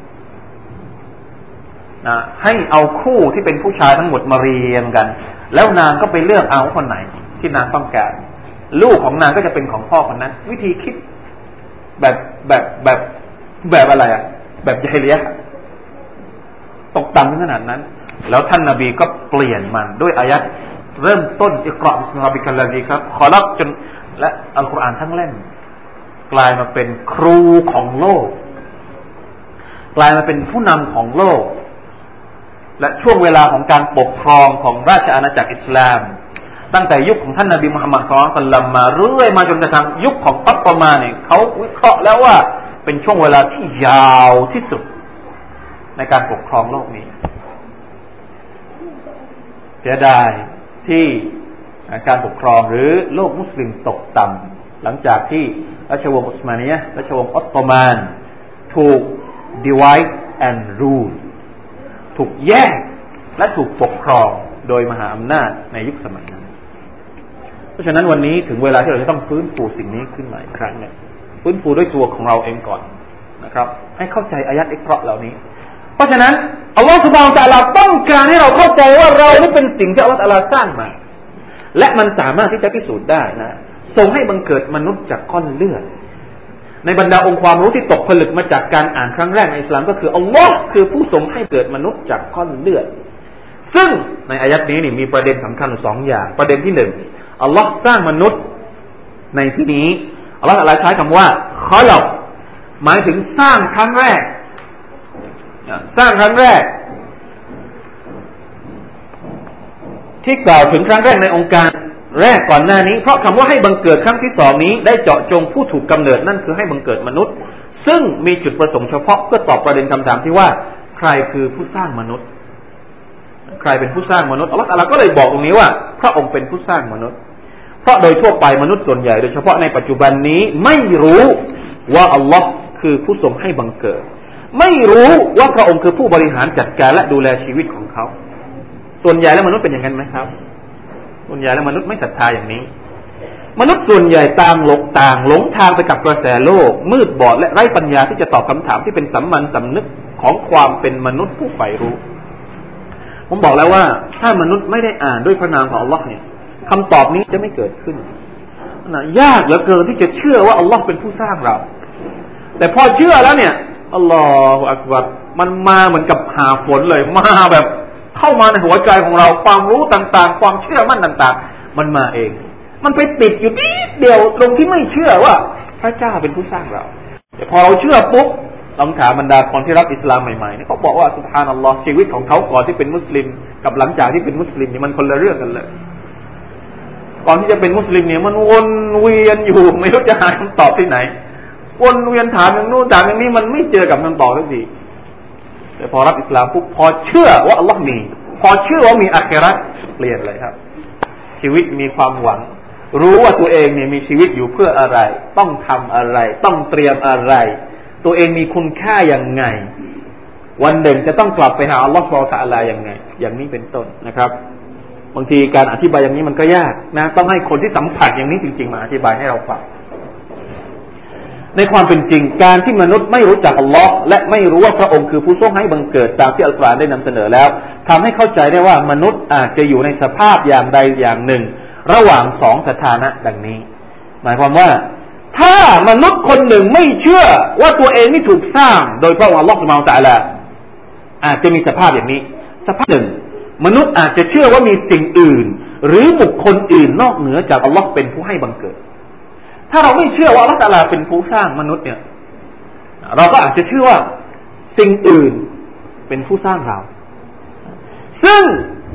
นะให้เอาคู่ที่เป็นผู้ชายทั้งหมดมาเรียงกันแล้วนางก็ไปเลือกเอาคนไหนที่นางต้องการลูกของนางก็จะเป็นของพ่อคนนั้นวิธีคิดแบบแบบแบบแบบอะไรอ่ะแบบญาฮิลิยะห์ตกต่ำขนาดนั้นแล้วท่านนบีก็เปลี่ยนมันด้วยอายะห์เริ่มต้นอิกรอบิสมิลลาฮิกัลลซีครับขอลักจนและอัลกุรอานทั้งเล่มกลายมาเป็นครูของโลกกลายมาเป็นผู้นำของโลกและช่วงเวลาของการปกครองของราชอาณาจักรอิสลามตั้งแต่ยุคของท่านนบีมุฮัมมัดศ็อลลัลลอฮุอะลัยฮิวะซัลลัมมาเรื่อยมาจนกระทั่งยุคของอัตตอมาเนี่ยเขาวิเคราะห์แล้วว่าเป็นช่วงเวลาที่ยาวที่สุดในการปกครองโลกนี้เสียดายที่การปกครองหรือโลกมุสลิมตกต่ำหลังจากที่ราชวงศ์อุสมานียะห์ราชวงศ์ออตโตมันถูก divide and rule ถูกแยกและถูกปกครองโดยมหาอำนาจในยุคสมัยนั้นเพราะฉะนั้นวันนี้ถึงเวลาที่เราจะต้องฟื้นฟูสิ่งนี้ขึ้นมาอีกครั้งหนึ่งฟื้นฟูด้วยตัวของเราเองก่อนนะครับให้เข้าใจอายัดอิกเราะห์เหล่านี้เพราะฉะนั้นอัลลอฮฺซุบฮานะฮูวะตะอาลาต้องการให้เราเข้าใจว่าเรานี่เป็นสิ่งที่อัลลอฮฺตะอาลาสร้างมาและมันสามารถที่จะพิสูจน์ได้นะทรงให้บังเกิดมนุษย์จากก้อนเลือดในบรรดาองค์ความรู้ที่ตกผลึกมาจากการอ่านครั้งแรกในอิสลามก็คืออัลลอฮ์คือผู้ทรงให้เกิดมนุษย์จากก้อนเลือดซึ่งในอายัดนี้นี่มีประเด็นสำคัญสองอย่างประเด็นที่หนึ่งอัลลอฮ์สร้างมนุษย์ในที่นี้อัลลอฮ์ใช้คำว่าคอลักหมายถึงสร้างครั้งแรกสร้างครั้งแรกที่กล่าวถึงครั้งแรกในองค์การแรกก่อนหน้านี้เพราะคำว่าให้บังเกิดครั้งที่สองนี้ได้เจาะจงผู้ถูกกำเนิดนั่นคือให้บังเกิดมนุษย์ซึ่งมีจุดประสงค์เฉพาะเพื่อตอบประเด็นคำถามที่ว่าใครคือผู้สร้างมนุษย์ใครเป็นผู้สร้างมนุษย์อัลลอฮฺตะอาลาก็เลยบอกตรงนี้ว่าพระองค์เป็นผู้สร้างมนุษย์เพราะโดยทั่วไปมนุษย์ส่วนใหญ่โดยเฉพาะในปัจจุบันนี้ไม่รู้ว่าอัลลอฮ์คือผู้ทรงให้บังเกิดไม่รู้ว่าพระองค์คือผู้บริหารจัดการและดูแลชีวิตของเขาส่วนใหญ่แล้วมนุษย์เป็นอย่างนั้นไหมครับส่วนใหญ่แล้วมนุษย์ไม่ศรัทธาอย่างนี้มนุษย์ส่วนใหญ่ตามหลงต่างหลงทางไปกับกระแสโลกมืดบอดและไร้ปัญญาที่จะตอบคำถามที่เป็นสัมมันสำนึกของความเป็นมนุษย์ผู้ใฝ่รู้ผมบอกแล้วว่าถ้ามนุษย์ไม่ได้อ่านด้วยพระนามของอัลลอฮ์เนี่ยคำตอบนี้จะไม่เกิดขึ้นนะยากเหลือเกินที่จะเชื่อว่าอัลลอฮ์เป็นผู้สร้างเราแต่พอเชื่อแล้วเนี่ยอัลลอฮฺอักบัรมันมาเหมือนกับหาฝนเลยมาแบบเข้ามาในหัวใจของเราความรู้ต่างๆความเชื่อมั่นต่างๆมันมาเองมันไปติดอยู่นิดเดียวตรงที่ไม่เชื่อว่าพระเจ้าเป็นผู้สร้างเราแต่พอเราเชื่อปุ๊บลองถามบรรดาคนที่รับอิสลามใหม่ๆนี่เขาบอกว่าซุบฮานัลลอฮ์ชีวิตของเขาก่อนที่เป็นมุสลิมกับหลังจากที่เป็นมุสลิมนี่มันคนละเรื่องกันเลยก่อนที่จะเป็นมุสลิมเนี่ยมันวนเวียนอยู่ไม่รู้จะหาคำตอบที่ไหนวนเวียนถามอย่างนู้นถามอย่างนี้มันไม่เจอกับคำตอบสักทีแต่พอรับอิสลามปุ๊บพอเชื่อว่าอัลลอฮ์มีพอเชื่อว่ามีอาคิเราะห์เปลี่ยนเลยครับชีวิตมีความหวังรู้ว่าตัวเองเนี่ยมีชีวิตอยู่เพื่ออะไรต้องทำอะไรต้องเตรียมอะไรตัวเองมีคุณค่าอย่างไงวันหนึ่งจะต้องกลับไปหาอัลลอฮฺซุบฮานะฮูวะตะอาลาอย่างไงอย่างนี้เป็นต้นนะครับบางทีการอธิบายอย่างนี้มันก็ยากนะต้องให้คนที่สัมผัสอย่างนี้จริงๆมาอธิบายให้เราฟังในความเป็นจริงการที่มนุษย์ไม่รู้จักอัลลอฮ์และไม่รู้ว่าพระองค์คือผู้ทรงให้บังเกิดตามที่อัลกุรอานได้นำเสนอแล้วทำให้เข้าใจได้ว่ามนุษย์อาจจะอยู่ในสภาพอย่างใดอย่างหนึ่งระหว่างสองสถานะดังนี้หมายความว่าถ้ามนุษย์คนหนึ่งไม่เชื่อว่าตัวเองนี่ถูกสร้างโดยพระองค์อัลลอฮ์ซุบฮานะฮูวะตะอาลาอาจจะมีสภาพอย่างนี้สภาพหนึ่งมนุษย์อาจจะเชื่อว่ามีสิ่งอื่นหรือบุคคลอื่นนอกเหนือจากอัลลอฮ์เป็นผู้ให้บังเกิดถ้าเราไม่เชื่อว่าอัลลอฮฺตะอาลาเป็นผู้สร้างมนุษย์เนี่ยเราก็อาจจะเชื่อว่าสิ่งอื่นเป็นผู้สร้างเราซึ่ง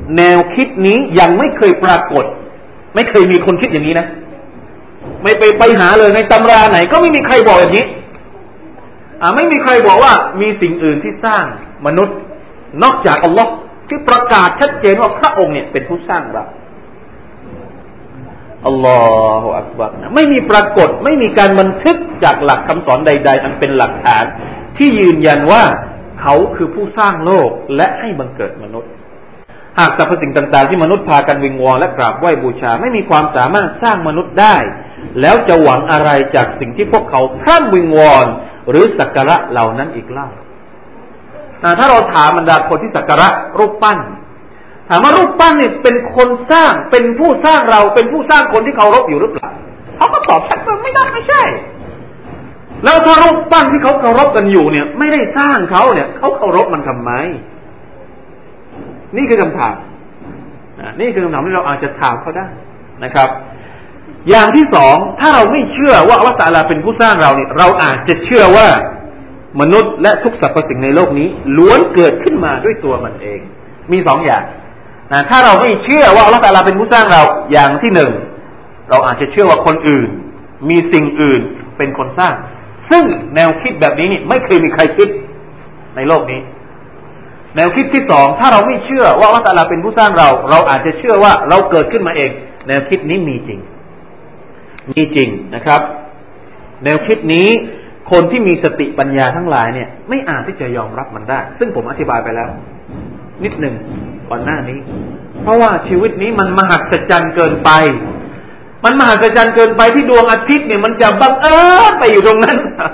แนวคิดนี้ยังไม่เคยปรากฏไม่เคยมีคนคิดอย่างนี้นะไม่ไปไปหาเลยในตำราไหนก็ไม่มีใครบอกอย่างนี้อ่าไม่มีใครบอกว่ามีสิ่งอื่นที่สร้างมนุษย์นอกจากอัลลอฮ์ที่ประกาศชัดเจนว่าพระองค์เนี่ยเป็นผู้สร้างเราอัลลอฮฺอักบัรนะไม่มีปรากฏไม่มีการบันทึกจากหลักคำสอนใดๆอันเป็นหลักฐานที่ยืนยันว่าเขาคือผู้สร้างโลกและให้บังเกิดมนุษย์หากสรรพสิ่งต่างๆที่มนุษย์พากันวิงวอนและกราบไหว้บูชาไม่มีความสามารถสร้างมนุษย์ได้แล้วจะหวังอะไรจากสิ่งที่พวกเขาพร่ำวิงวอนหรือสักการะเหล่านั้นอีกเล่าถ้าเราถามบรรดาคนที่สักการะรูปปั้นถามว่ารูปปั้นเนี่ยเป็นคนสร้างเป็นผู้สร้างเราเป็นผู้สร้างคนที่เคารพอยู่หรือเปล่าเขาก็ตอบชัดว่าไม่ได้ไม่ใช่แล้วถ้ารูปปั้นที่เขาเคารพกันอยู่เนี่ยไม่ได้สร้างเขาเนี่ยเขาเคารพมันทำไมนี่คือคำถามนี่คือคำถามที่เราอาจจะถามเขาได้นะครับอย่างที่สองถ้าเราไม่เชื่อว่าอัลเลาะห์ตะอาลาเป็นผู้สร้างเราเนี่ยเราอาจจะเชื่อว่ามนุษย์และทุกสรรพสิ่งในโลกนี้ล้วนเกิดขึ้นมาด้วยตัวมันเองมีสองอย่างนะถ้าเราไม่เชื่อว่าอัลเลาะห์ตะอาลาเป็นผู้สร้างเราอย่างที่หนึ่งเราอาจจะเชื่อว่าคนอื่นมีสิ่งอื่นเป็นคนสร้างซึ่งแนวคิดแบบนี้นี่ไม่เคยมีใครคิดในโลกนี้แนวคิดที่สองถ้าเราไม่เชื่อว่าอัลเลาะห์ตะอาลาเป็นผู้สร้างเราเราอาจจะเชื่อว่าเราเกิดขึ้นมาเองแนวคิดนี้มีจริงมีจริงนะครับแนวคิดนี้คนที่มีสติปัญญาทั้งหลายเนี่ยไม่อาจที่จะยอมรับมันได้ซึ่งผมอธิบายไปแล้วนิดหนึ่งก่อนหน้านี้เพราะว่าชีวิตนี้มันมหัศจรรย์เกินไปมันมหัศจรรย์เกินไปที่ดวงอาทิตย์เนี่ยมันจะบังเอิญไปอยู่ตรงนั้น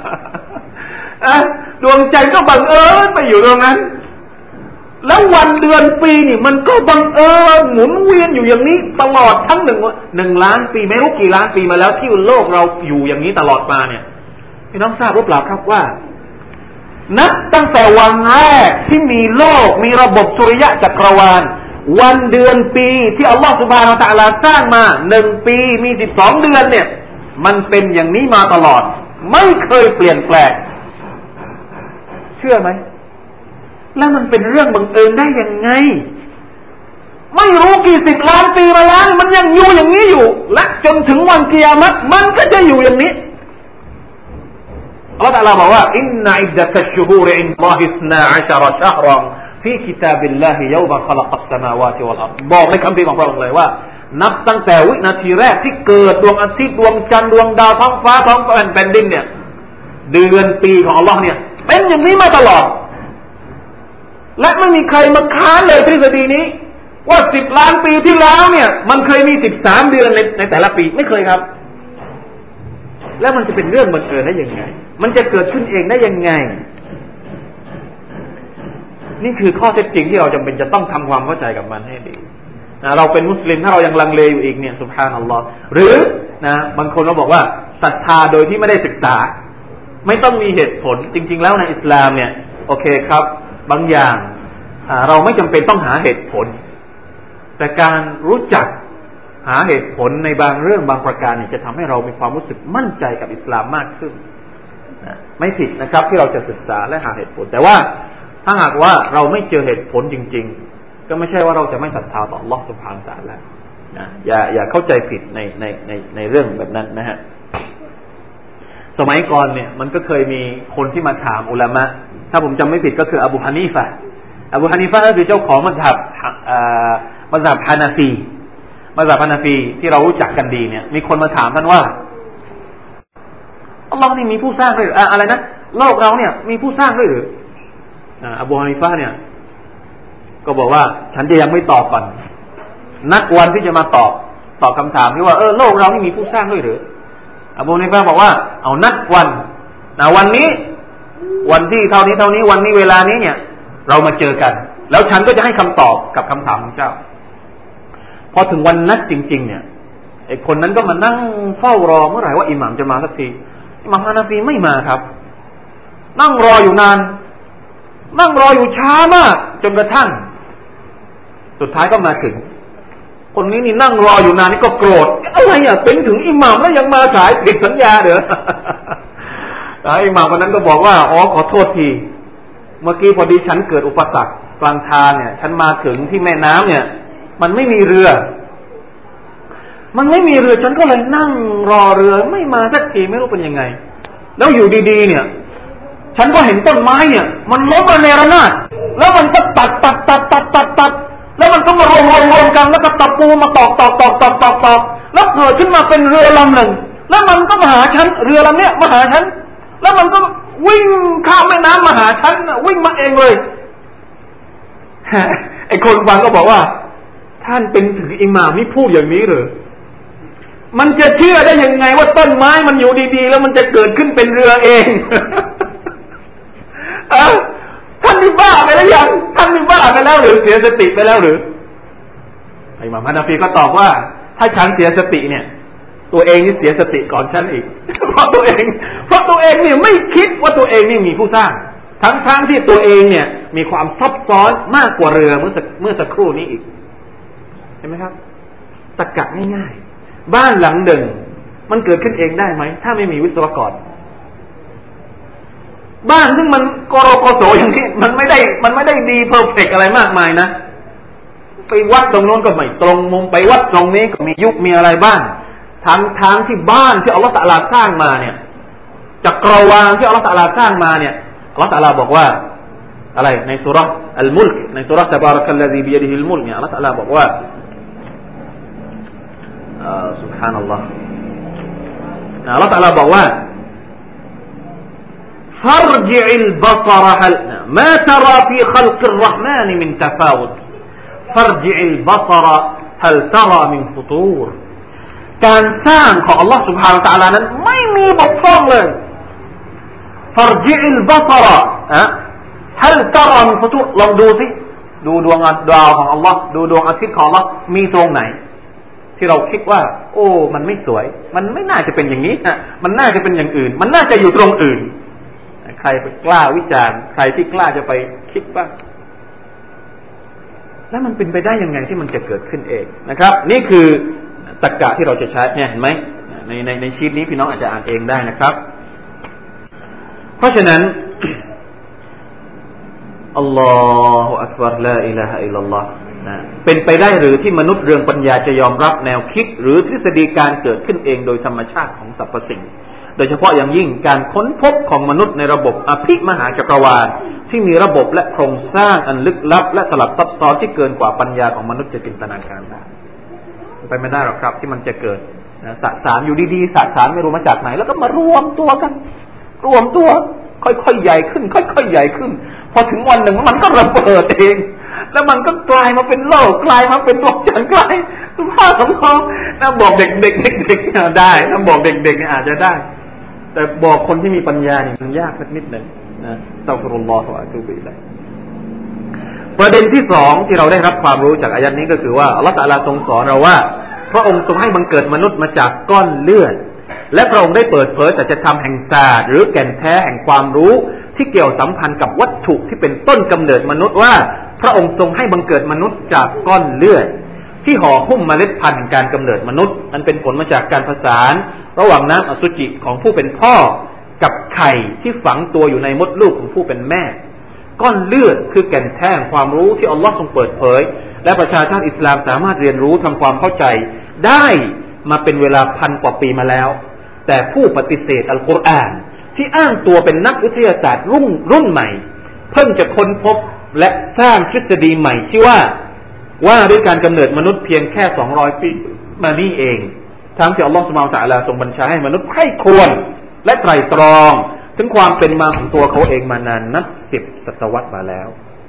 ดวงจันทร์ก็บังเอิญไปอยู่ตรงนั้นแล้ววันเดือนปีนี่มันก็บังเอิญหมุนเวียนอยู่อย่างนี้ตลอดทั้งหนึ่งหนึ่งล้านปีไม่รู้กี่ล้านปีมาแล้วที่โลกเราอยู่อย่างนี้ตลอดมาเนี่ยพี่น้องทราบหรือเปล่าครับว่านับตั้งแต่วันแรกที่มีโลกมีระบบสุริยะจักรวาลวันเดือนปีที่อัลลอฮฺซุบฮานะฮูวะตะอาลาสร้างมาหนึ่งปีมีสิบสองเดือนเนี่ยมันเป็นอย่างนี้มาตลอดไม่เคยเปลี่ยนแปลงเชื่อไหมแล้วมันเป็นเรื่องบังเอิญได้ยังไงไม่รู้กี่สิบล้านปีมาแล้วมันยังอยู่อย่างนี้อยู่และจนถึงวันกิยามะฮ์มันก็จะอยู่อย่างนี้อัลลอฮฺตะอาลาบอกว่าอินนะอิดดะตัชชูฮูรอินดะลอฮิสนาอัชรชะฮรันฟีกิตาบิลลาฮิยอมะคอลักัสสมาวาติวัลอัรฎบอกในคำพีของพระองค์เลยว่านับตั้งแต่วินาทีแรกที่เกิดดวงอาทิตย์ดวงจันทร์ดวงดาวท้องฟ้าท้องแผ่นดินเนี่ยเดือนปีของอัลลอฮ์เนี่ยเป็นอย่างนี้มาตลอดและไม่มีใครมาค้านเลยทฤษฎีนี้ว่าสิบล้านปีที่แล้วเนี่ยมันเคยมีสิบสามเดือนในในแต่ละปีไม่เคยครับแล้วมันจะเป็นเรื่องบังเอิญได้ยังไงมันจะเกิดขึ้นเองได้ยังไงนี่คือข้อเท็จจริงที่เราจำเป็นจะต้องทำความเข้าใจกับมันให้ดีนะเราเป็นมุสลิมถ้าเรายังลังเลอยู่อีกเนี่ยซุบฮานัลลอฮ์หรือนะบางคนเราบอกว่าศรัทธาโดยที่ไม่ได้ศึกษาไม่ต้องมีเหตุผลจริงๆแล้วในอิสลามเนี่ยโอเคครับบางอย่างเราไม่จำเป็นต้องหาเหตุผลแต่การรู้จักหาเหตุผลในบางเรื่องบางประการเนี่ยจะทำให้เรามีความรู้สึกมั่นใจกับอิสลามมากขึ้นนะไม่ผิดนะครับที่เราจะศึกษาและหาเหตุผลแต่ว่าถ้าหากว่าเราไม่เจอเหตุผลจริงๆก็ไม่ใช่ว่าเราจะไม่ศรัทธาต่ออัลเลาะห์ซุบฮานะฮูวะตะอาลานะอย่าอย่าเข้าใจผิดในในในในเรื่องแบบนั้นนะฮะสมัยก่อนเนี่ยมันก็เคยมีคนที่มาถามอุลามะถ้าผมจำไม่ผิดก็คืออบูฮานีฟะห์อบูฮานีฟะห์ก็คือเจ้าของมัซฮับอ่ามัซฮับฮานาฟีมัซฮับฮานาฟีที่เรารู้จักกันดีเนี่ยมีคนมาถามท่านว่าอัลเลาะห์นี่มีผู้สร้างด้วยหรืออะไรนะโลกเราเนี่ยมีผู้สร้างด้วยหรืออบูฮานีฟะห์เนี่ยก็บอกว่าฉันจะยังไม่ตอบก่อนนัดวันที่จะมาตอบตอบคำถามที่ว่าเออโลกเรานี่มีผู้สร้างด้วยหรืออบูฮานีฟะห์บอกว่าเอานัดวันนะวันนี้วันที่เท่านี้เท่านี้วันนี้เวลานี้เนี่ยเรามาเจอกันแล้วฉันก็จะให้คำตอบกับคำถามของเจ้าพอถึงวันนัดจริงๆเนี่ยไอ้คนนั้นก็มานั่งเฝ้ารอเมื่อไหร่ว่าอิหม่ามจะมาสักทีอิหม่ามฮานาฟีไม่มาครับนั่งรออยู่นานนั่งรออยู่ช้ามากจนกระทั่งสุดท้ายก็มาถึงคนนี้นี่นั่งรออยู่นานนี่ก็โกรธอะไรอ่ะเป็นถึงอิหม่ามแล้วยังมาสายผิดสัญญาเหรออิหม่ามคนนั้นก็บอกว่าอ๋อขอโทษทีเมื่อกี้พอดีฉันเกิดอุปสรรคกลางทางเนี่ยฉันมาถึงที่แม่น้ำเนี่ยมันไม่มีเรือมันไม่มีเรือฉันก็เลยนั่งรอเรือไม่มาสักทีไม่รู้เป็นยังไงแล้วอยู่ดีๆเนี่ยฉันก็เห็นต้นไม้เนี่ยมันล้มมาในระนาดแล้วมันก็ตัดตัดตัดตัดตัดตัดแล้วมันก็มารวมรวมรวมกันแล้วก็ตะปูมาตอกตอกตอกตอกตอกตอกแล้วเกิดขึ้นมาเป็นเรือลำหนึ่งแล้วมันก็มาหาฉันเรือลำเนี้ยมาหาฉันแล้วมันก็วิ่งข้ามแม่น้ำมาหาฉันวิ่งมาเองเลยไอ้คนฟังก็บอกว่าท่านเป็นถึงอิหม่ามนี่พูดอย่างนี้เหรอมันจะเชื่อได้ยังไงว่าต้นไม้มันอยู่ดีๆแล้วมันจะเกิดขึ้นเป็นเรือเองเออท่านนี่บ้าไปแล้วยังท่านนี่บ้าไปแล้วหรือเสียสติไปแล้วหรือไอ้อิหม่ามฮานาฟีก็ตอบว่าถ้าฉันเสียสติเนี่ยตัวเองนี่เสียสติก่อนฉันอีกเพราะตัวเองเพราะตัวเองเนี่ยไม่คิดว่าตัวเองนี่มีผู้สร้างทั้งๆที่ตัวเองเนี่ยมีความซับซ้อนมากกว่าเรือเมื่อเมื่อสักครู่นี้อีกเห็นไหมครับตรรกะง่ายๆบ้านหลังหนึ่งมันเกิดขึ้นเองได้ไหมถ้าไม่มีวิศวกรบ้านซึ่งมันกรกโสอย่างนี้มันไม่ได้มันไม่ได้ดีเพอร์เฟกต์อะไรมากมายนะไปวัดตรงโน้นก็ไม่ตรงมุมไปวัดตรงนี้ก็มียุบมีอะไรบ้างทั้งทางที่บ้านที่อัลลอฮฺตะอาลาสร้างมาเนี่ยจักรวาลที่อัลลอฮฺตะอาลาสร้างมาเนี่ยอัลลอฮฺตะอาลาบอกว่าอะไรในซูเราะห์อัลมุลกในซูเราะห์ตะบารักัลลซีบิยะดิฮิลมุลกเนี่ยอัลลอฮฺตะอาลาบอกว่าอ่าซุบฮานัลลอฮ์อัลลอฮฺตะอาลาบอกว่า فارجع البصر هل ما ترى في خلق الرحمن من تفاوت فارجع البصر هل ترى من فطور การสร้างของอัลลอฮฺ سبحانه และ تعالى นั้นไม่มีบกพร่องเลย فارجع البصر هل ترى من فطور ลองดูสิดูดวงดาวของอัลลอฮฺดูดวงอาทิตย์ของอัลลอฮฺมีตรงไหนที่เราคิดว่าโอ้มันไม่สวยมันไม่น่าจะเป็นอย่างนี้นะมันน่าจะเป็นอย่างอื่นมันน่าจะอยู่ตรงอื่นใครไปกล้าวิจารณ์ใครที่กล้าจะไปคิดบ้างแล้วมันเป็นไปได้ยังไงที่มันจะเกิดขึ้นเองนะครับนี่คือตรรกะที่เราจะใช้เนี่ยเห็นไหมในในในชีทนี้พี่น้องอาจจะอ่านเองได้นะครับเพราะฉะนั้นอัลลอฮฺอักบัรลาอิลาฮะอิลลัลลอฮ์นะเป็นไปได้หรือที่มนุษย์เรืองปัญญาจะยอมรับแนวคิดหรือทฤษฎีการเกิดขึ้นเองโดยธรรมชาติของสรรพสิ่งโดยเฉพาะอย่างยิ่งการค้นพบของมนุษย์ในระบบอภิมหาจักรวาลที่มีระบบและโครงสร้างอันลึกลับและสลับซับซ้อนที่เกินกว่าปัญญาของมนุษย์จะจินตนาการได้ไปไม่ได้หรอกครับที่มันจะเกิดนะสสารอยู่ดีๆสสารไม่รู้มาจากไหนแล้วก็มารวมตัวกันรวมตัวค่อยๆใหญ่ขึ้นค่อยๆใหญ่ขึ้นพอถึงวันหนึ่งมันก็ระเบิดเองแล้วมันก็กลายมาเป็นโลกกลายมาเป็นดวงจันทร์กลายสุภาพสมองถ้าบอกเด็กๆเด็กๆได้ถ้าบอกเด็กๆอาจจะได้แต่บอกคนที่มีปัญญาเนี่ยมันยากสักนิดหนึ่งนะอัสตัฆฟิรุลลอฮฺวะอะตูบิอิลัยฮิประเด็นที่สองที่เราได้รับความรู้จากอายัดนี้ก็คือว่าอัลเลาะห์ตะอาลาทรงสอนเราว่าพระองค์ทรงให้บังเกิดมนุษย์มาจากก้อนเลือดและพระองค์ได้เปิดเผยสัจธรรมแห่งศาสตร์หรือแก่นแท้แห่งความรู้ที่เกี่ยวสัมพันธ์กับวัตถุที่เป็นต้นกำเนิดมนุษย์ว่าพระองค์ทรงให้บังเกิดมนุษย์จากก้อนเลือดที่ห่อหุ้มเมล็ดพันธุ์แห่งการกำเนิดมนุษย์มันเป็นผลมาจากการผสานระหว่างน้ำอสุจิของผู้เป็นพ่อกับไข่ที่ฝังตัวอยู่ในมดลูกของผู้เป็นแม่ก้อนเลือดคือแก่นแท้แห่งความรู้ที่อัลลอฮ์ทรงเปิดเผยและประชาชาติอิสลามสามารถเรียนรู้ทำความเข้าใจได้มาเป็นเวลาพันกว่าปีมาแล้วแต่ผู้ปฏิเสธอัลกุรอานที่อ้างตัวเป็นนักวิทยาศาสตร์รุ่นรุ่นใหม่เพิ่งจะค้นพบและสร้างทฤษฎีใหม่ที่ว่าว่าด้วยการกำเนิดมนุษย์เพียงแค่สองร้อยปีมานี่เองทั้งที่อัลลอฮฺซุบฮานะฮูวะตะอาลาทรงบัญชาให้มนุษย์ใคร่ครวญและไตร่ตรองถึงความเป็นมาของตัวเขาเองมานานนับสิบศตวรรษมาแล้ว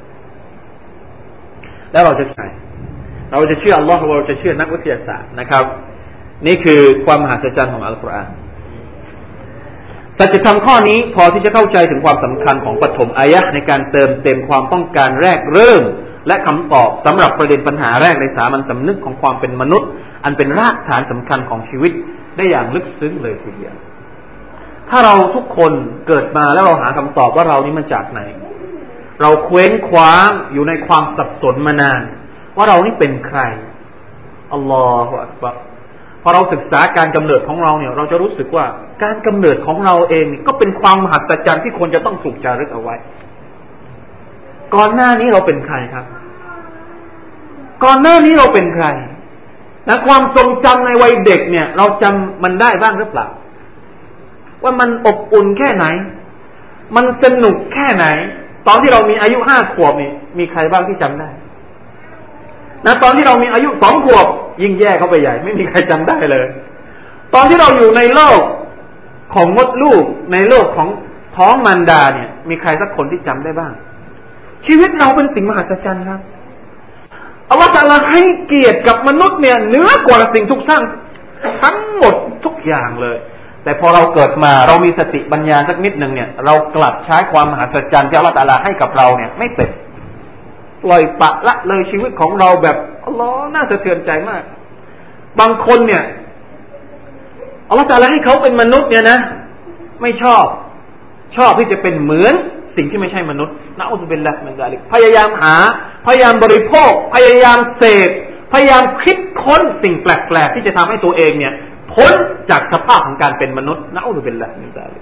แล้วเราจะใช่เราจะเชื่ออัลลอฮฺเราจะเชื่อนักวิทยาศาสตร์นะครับนี่คือความมหัศจรรย์ของอัลกุรอานสัจธรรมข้อนี้พอที่จะเข้าใจถึงความสำคัญของปฐมอายะห์ในการเติมเต็มความต้องการแรกเริ่มและคำตอบสำหรับประเด็นปัญหาแรกในสามัญสำนึกของความเป็นมนุษย์อันเป็นรากฐานสำคัญของชีวิตได้อย่างลึกซึ้งเลยทีเดียวถ้าเราทุกคนเกิดมาแล้วเราหาคำตอบว่าเรานี้มาจากไหนเราเคว้งคว้างอยู่ในความสับสนมานานว่าเรานี่เป็นใครอัลลอฮฺอักบัรพอเราศึกษาการกำเนิดของเราเนี่ยเราจะรู้สึกว่าการกำเนิดของเราเองก็เป็นความมหัศจรรย์ที่ควรจะต้องถูกจารึกเอาไว้ก่อนหน้านี้เราเป็นใครครับก่อนหน้านี้เราเป็นใครนะความทรงจำในวัยเด็กเนี่ยเราจำมันได้บ้างหรือเปล่าว่ามันอบอุ่นแค่ไหนมันสนุกแค่ไหนตอนที่เรามีอายุห้าขวบนี่มีใครบ้างที่จำได้นะตอนที่เรามีอายุสองขวบยิ่งแย่เข้าไปใหญ่ไม่มีใครจำได้เลยตอนที่เราอยู่ในโลกของมดลูกในโลกของท้องมารดาเนี่ยมีใครสักคนที่จำได้บ้างชีวิตเราเป็นสิ่งมหัศจรรย์ครับอัลลอฮฺตะอาลาให้เกียรติกับมนุษย์เนี่ยเหนือกว่าสิ่งทุกสร้างทั้งหมดทุกอย่างเลยแต่พอเราเกิดมาเรามีสติปัญญาสักนิดหนึ่งเนี่ยเรากลับใช้ความมหัศจรรย์ที่อัลลอฮฺตะอาลาให้กับเราเนี่ยไม่เป็นปล่อยปละละเลยชีวิตของเราแบบอัลลอฮฺน่าสะเทือนใจมากบางคนเนี่ยอัลลอฮฺตะอาลาให้เขาเป็นมนุษย์เนี่ยนะไม่ชอบชอบที่จะเป็นเหมือนสิ่งที่ไม่ใช่มนุษย์นะอูซุบิลลาฮิมินซาลิกพยายามหาพยายามบริโภคพยายามเสพพยายามคิดค้นสิ่งแปลกๆที่จะทำให้ตัวเองเนี่ยพ้นจากสภาพของการเป็นมนุษย์นะอูซุบิลลาฮิมินซาลิก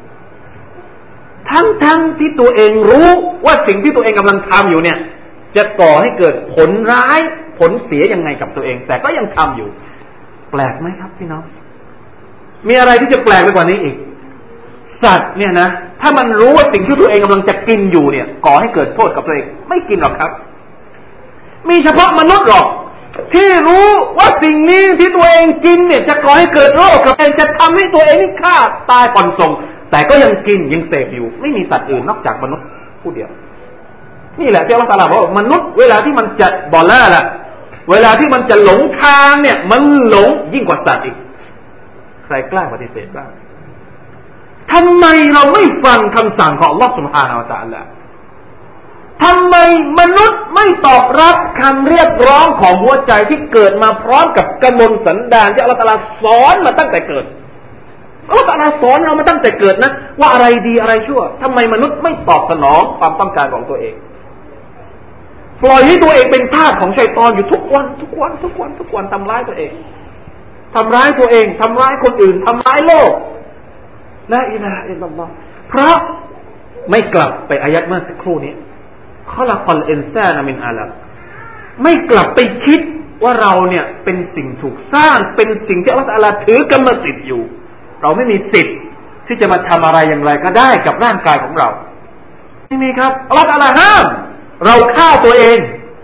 ทั้งๆที่ตัวเองรู้ว่าสิ่งที่ตัวเองกำลังทำอยู่เนี่ยจะก่อให้เกิดผลร้ายผลเสียยังไงกับตัวเองแต่ก็ยังทำอยู่แปลกไหมครับพี่น้องมีอะไรที่จะแปลกไปกว่านี้อีกสัตว์เนี่ยนะถ้ามันรู้ว่าสิ่งที่ตัวเองกำลังจะกินอยู่เนี่ยก่อให้เกิดโทษกับตัวเองไม่กินหรอกครับมีเฉพาะมนุษย์หรอกที่รู้ว่าสิ่งนี้ที่ตัวเองกินเนี่ยจะก่อให้เกิดโรคกับตัวเองจะทำให้ตัวเองนี่ฆ่าตายก่อนส่งแต่ก็ยังกินยังเสพอยู่ไม่มีสัตว์อื่นนอกจากมนุษย์ผู้เดียวนี่แหละที่อัลเลาะห์ตะอาลาบอกว่ามนุษย์เวลาที่มันจะบอลล่าละเวลาที่มันจะหลงทางเนี่ยมันหลงยิ่งกว่าสัตว์อีกใครกล้าปฏิเสธบ้างทำไมเราไม่ฟังคำสั่งของอัลลอฮฺ سبحانه และ تعالى ทำไมมนุษย์ไม่ตอบรับคำเรียกร้องของหัวใจที่เกิดมาพร้อมกับกมลสันดานที่อัลลอฮฺตะอาลาสอนมาตั้งแต่เกิดอัลลอฮฺตะอาลาสอนเรามาตั้งแต่เกิดนะว่าอะไรดีอะไรชั่วทำไมมนุษย์ไม่ตอบสนองความต้องการของตัวเองปล่อยให้ตัวเองเป็นทาสของชัยฏอนอยู่ทุกวันทุกวันทุกวันทุกวันทำร้ายตัวเองทำร้ายตัวเองทำร้ายคนอื่นทำร้ายโลกลาอิลาฮะอิลลัลลอฮ์เพราะไม่กลับไปอายัดเมื่อสักครู่นี้ขอละคอลอินซานะมินอาลักไม่กลับไปคิดว่าเราเนี่ยเป็นสิ่งถูกสร้างเป็นสิ่งที่อัลเลาะห์ตะอาลาถือกรรมสิทธิ์อยู่เราไม่มีสิทธิ์ที่จะมาทำอะไรอย่างไรก็ได้กับร่างกายของเราไม่มีครับอัลเลาะห์ตะอาลาห้ามเราฆ่าตัวเอง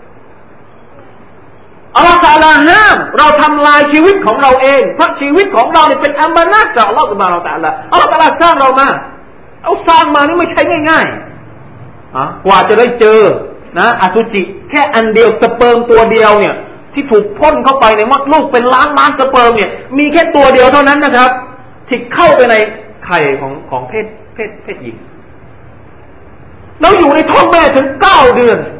อัลเลาะห์ตะอาลาห้ามเราทำลายชีวิตของเราเองเพราะชีวิตของเราเนี่ยเป็นอามานะห์จากอัลเลาะห์ซุบฮานะฮูวะตะอาลาอัลเลาะห์ตะอาลาสร้างเรามาเอาสร้างมานี่ไม่ใช่ง่ายๆอ่ะกว่าจะได้เจอนะอสุจิแค่อันเดียวสเปิร์มตัวเดียวเนี่ยที่ถูกพ่นเข้าไปในมดลูกเป็นล้านล้านสเปิร์มเนี่ยมีแค่ตัวเดียวเท่านั้นนะครับที่เข้าไปในไข่ของของเพศเพศเพศหญิงแล้วอยู่ในท้องแม่ถึงเก้าเดือน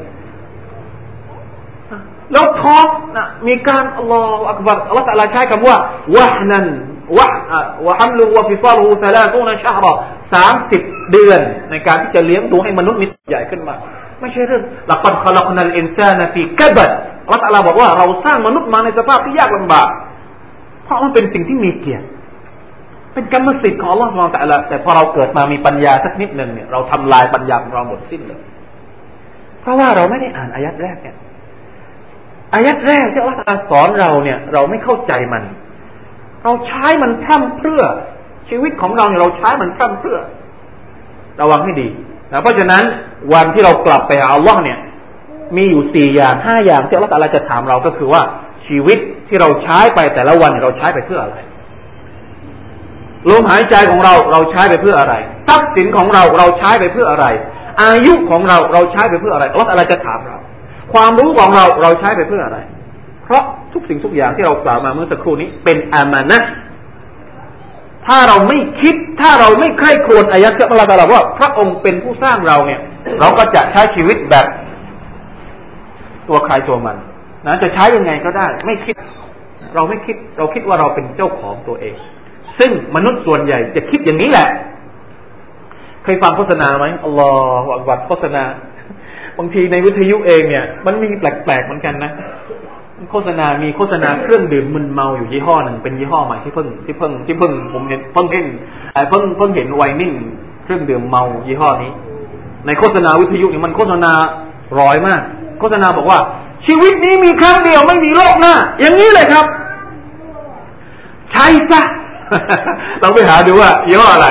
แล้วท้องนะมีการอัลลอฮฺอักบัรอัลลอฮฺตะอาลาใช้คำว่าวะฮนันวะวะฮัมลุวะฟิซาลุฮุซะลาตูนะชะฮรอสามสิบเดือนในการที่จะเลี้ยงดูให้มนุษย์มีใหญ่ขึ้นมาไม่ใช่เรื่องละกัดขลักนัลอินซานะฟีกะบัดอัลลอฮฺตะอาลาบอกว่าเราสร้างมนุษย์มาในสภาพที่ยากลำบากเพราะมันเป็นสิ่งที่มีเกียรติเป็นกรรมสิทธิ์ของอัลลอฮฺซุบฮานะฮูวะตะอาลาแต่พอเราเกิดมามีปัญญาสักนิดนึงเนี่ยเราทำลายปัญญาของเราหมดสิ้นเลยเพราะว่าเราไม่ได้อ่านอายัดแรกเนี่ยอายัดแรกที่อัลลอฮฺตะอาลาสอนเราเนี่ยเราไม่เข้าใจมันเราใช้มันพร่ำเพรื่อชีวิตของเราเนี่ยเราใช้มันพร่ำเพรื่อระวังให้ดีนะเพราะฉะนั้นวันที่เรากลับไปหาอัลลอฮ์เนี่ยมีอยู่สี่อย่างห้าอย่างที่อัลลอฮฺตะอาลาจะถามเราก็คือว่าชีวิตที่เราใช้ไปแต่ละวันเราใช้ไปเพื่ออะไรลมหายใจของเราเราใช้ไปเพื่ออะไรทรัพย์สินของเราเราใช้ไปเพื่ออะไรอายุของเราเราใช้ไปเพื่ออะไรอัลลอฮฺตะอาลาจะถามเราความรู้ของเราเราใช้ไปเพื่ออะไรเพราะทุกสิ่งทุกอย่างที่เรากล่าวมาเมื่อสักครู่นี้เป็นอามานะห์ถ้าเราไม่คิดถ้าเราไม่ใคร่ครวญอายะห์ที่อัลเลาะห์ตะอาลาว่าพระองค์เป็นผู้สร้างเราเนี่ยเราก็จะใช้ชีวิตแบบตัวใครตัวมันนะจะใช้ยังไงก็ได้ไม่คิดเราไม่คิดเราคิดว่าเราเป็นเจ้าของตัวเองซึ่งมนุษย์ส่วนใหญ่จะคิดอย่างนี้แหละเคยฟังโฆษณาไหมอัลลอฮฺอักบัรโฆษณาบางทีในวิทยุเองเนี่ยมันมีแปลกๆเหมือนกันนะโฆษณามีโฆษณาเครื่องดื่มมึนเมาอยู่ยี่ห้อหนึ่งเป็นยี่ห้อใหม่ที่เพิ่งที่เพิ่งที่เพิ่งผมเห็นเพิ่งเห็นเพิ่งเพิ่งเห็นไวนิ่งเครื่องดื่มเมายี่ห้อนี้ในโฆษณาวิทยุเนี่ยมันโฆษณาร้อยมากโฆษณาบอกว่าชีวิตนี้มีครั้งเดียวไม่มีโลกหน้าอย่างนี้เลยครับใช่ซะเราไปหาดูว่ายี่ห้ออะไร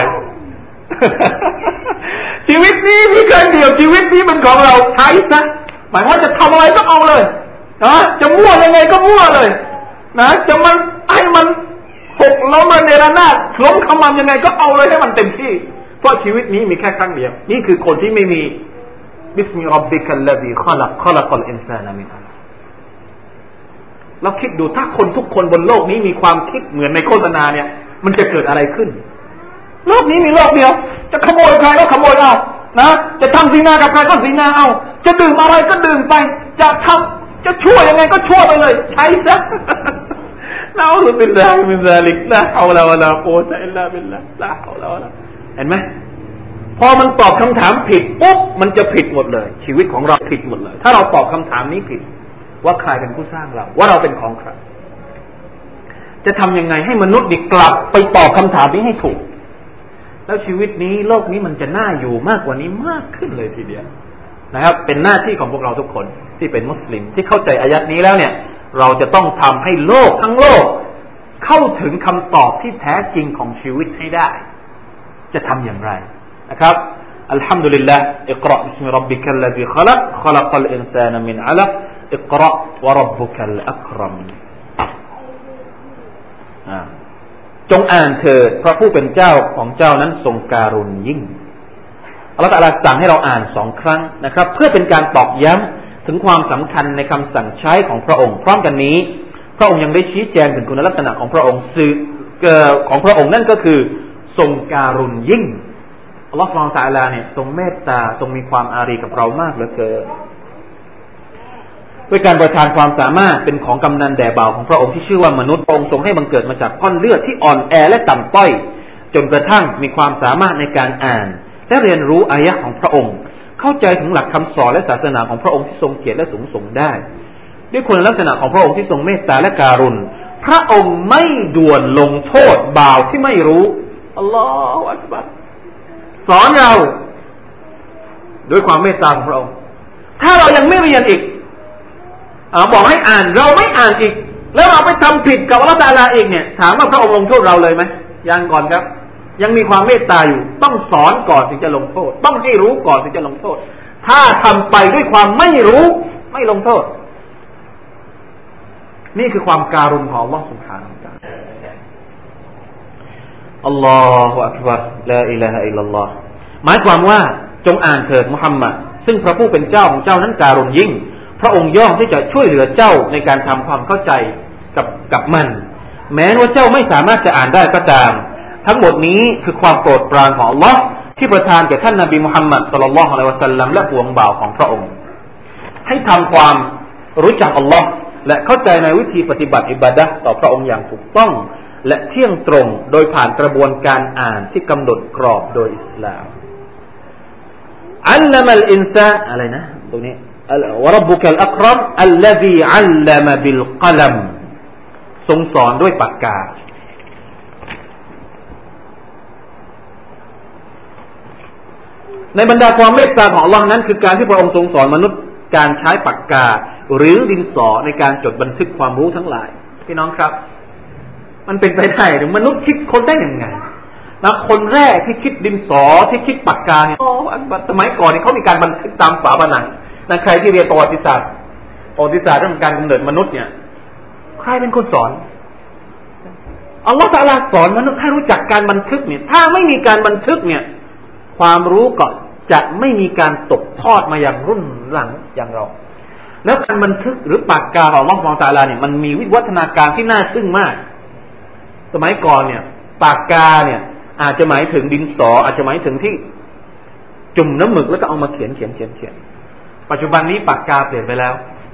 ชีวิตนี้มีครั้งเดียวชีวิตนี้มันของเราใช้ซะหมายว่าจะทำอะไรก็เอาเลยนะจะมั่วยังไงก็มั่วเลยนะจะมันให้มันหกล้มระเนระนาดล้มขมำยังไงก็เอาเลยให้มันเต็มที่เพราะชีวิตนี้มีแค่ครั้งเดียวนี่คือคนที่ไม่มีบิสมิร็อบบิกัลลซีขลักขลักัลอินซานะมินอะลักเราคิดดูถ้าคนทุกคนบนโลกนี้มีความคิดเหมือนในโฆษณาเนี่ยมันจะเกิดอะไรขึ้นโลกนี้มีโลกเดียวจะขโมยใครก็ขโมยเอานะจะทำซินากับใครก็ซินาเอาจะดื่มอะไรก็ดื่มไปจะทำจะชั่วยังไงก็ชั่วไปเลยใช้ซะนะอูซุบิลลาฮิมินซาลิกลาฮาวลาวะลากุวะตะอิลลาบิลลาฮลาฮาวลาวะลาเห็นไหมพอมันตอบคำถามผิดปุ๊บมันจะผิดหมดเลยชีวิตของเราผิดหมดเลยถ้าเราตอบคำถามนี้ผิดว่าใครเป็นผู้สร้างเราว่าเราเป็นของใครจะทำยังไงให้มนุษย์นี่กลับไปตอบคำถามนี้ให้ถูกแล้วชีวิตนี้โลกนี้มันจะน่าอยู่มากกว่านี้มากขึ้นเลยทีเดียวนะครับเป็นหน้าที่ของพวกเราทุกคนที่เป็นมุสลิมที่เข้าใจอายัดนี้แล้วเนี่ยเราจะต้องทำให้โลกทั้งโลกเข้าถึงคำตอบที่แท้จริงของชีวิตให้ได้จะทำอย่างไรนะครับอัลฮัมดุลิลลาห์อิกเราะห์บิสมิร็อบบิกัลลซีขลักขลักัลอินซานะมินอะลักอิกเราะห์วะร็อบบุกัลอักรัมจงอ่านเถิดพระผู้เป็นเจ้าของเจ้านั้นทรงการุณยิ่งอัลเลาะห์ตะอาลาสั่งให้เราอ่านสองครั้งนะครับเพื่อเป็นการตอกย้ำถึงความสำคัญในคำสั่งใช้ของพระองค์พร้อมกันนี้พระองค์ยังได้ชี้แจงถึงคุณลักษณะของพระองค์สื่อของพระองค์นั่นก็คือทรงการุณยิ่งอัลเลาะห์ซุบฮานะฮูวะตะอาลาเนี่ยทรงเมตตาทรงมีความอารีกับเรามากเหลือเกินด้วยการประทานความสามารถเป็นของกำนันแด่บ่าวของพระองค์ที่ชื่อว่ามนุษย์องค์ทรงให้บังเกิดมาจากก้อนเลือดที่อ่อนแอและต่ำต้อยจนกระทั่งมีความสามารถในการอ่านและเรียนรู้อายะห์ของพระองค์เข้าใจถึงหลักคำสอนและศาสนาของพระองค์ที่ทรงเกียรติและสูงส่งได้ด้วยคุณลักษณะของพระองค์ที่ทรงเมตตาและการุณพระองค์ไม่ด่วนลงโทษบ่าวที่ไม่รู้อัลลอฮฺอักบัรสอนเราด้วยความเมตตาของพระองค์ถ้าเรายังไม่เรียนอีกบอกให้อ่านเราไม่อ่านอีกแล้วเราไปทำผิดกับอัลเลาะห์ตะอาลาอีกเนี่ยถามว่าพระองค์ลงโทษเราเลยไหมยังก่อนครับยังมีความเมตตาอยู่ต้องสอนก่อนถึงจะลงโทษต้องให้รู้ก่อนถึงจะลงโทษถ้าทำไปด้วยความไม่รู้ไม่ลงโทษนี่คือความการุณของอัลเลาะห์ซุบฮานะฮูวะตะอาลาอัลลอฮฺอักบัรลาอิลาฮะอิลลัลลอฮ์หมายความว่าจงอ่านเถิดมุฮัมมัดซึ่งพระผู้เป็นเจ้าของเจ้านั้นการุณยิ่งพระองค์ย่อมที่จะช่วยเหลือเจ้าในการทำความเข้าใจกับกับมันแม้ว่าเจ้าไม่สามารถจะอ่านได้ก็ตามทั้งหมดนี้คือความโปรดปรานของอัลลอฮ์ที่ประทานแก่ท่านนบีมุฮัมมัดศ็อลลัลลอฮุอะลัยฮิวะซัลลัมและพวงบ่าวของพระองค์ให้ทำความรู้จักอัลลอฮ์และเข้าใจในวิธีปฏิบัติอิบาดะห์ต่อพระองค์อย่างถูกต้องและเที่ยงตรงโดยผ่านกระบวนการอ่านที่กำหนดกรอบโดยอิสลามอัลลัมัลอินซานอะไรนะตรงนี้วะร็อบบุกัลอักรัมอัลลซีอัลลัมบิลกะลัมทรงสอนด้วยปากกาในบรรดาความเมตตาของอัลเลาะห์นั้นคือการที่พระองค์ทรงสอนมนุษย์การใช้ปากกาหรือดินสอในการจดบันทึกความรู้ทั้งหลายพี่น้องครับมันเป็นไปได้หรือมนุษย์คิดคนได้ยังไงนะคนแรกที่คิดดินสอที่คิดปากกาเนี่ยโอ้สมัยก่อนนี่เขามีการบันทึกตามฝาผนังนะใครที่เรียนประวัติศาสตร์ประวัติศาสตร์เรื่องการกำเนิดมนุษย์เนี่ยใครเป็นคนสอนอัลลอฮฺตะอาลาสอนมนุษย์ให้รู้จักการบันทึกเนี่ยถ้าไม่มีการบันทึกเนี่ยความรู้ก็จะไม่มีการตกทอดมาอย่างรุ่นหลังอย่างเราแล้วการบันทึกหรือปากกาของอัลลอฮฺตะอาลาเนี่ยมันมีวิวัฒนาการที่น่าทึ่งมากสมัยก่อนเนี่ยปากกาเนี่ยอาจจะหมายถึงดินสออาจจะหมายถึงที่จุ่มน้ำหมึกแล้วก็เอามาเขียนเขียนเขียนเขียนปัจจุบันนี้ปากกาเปลี่ยนไปแล้ว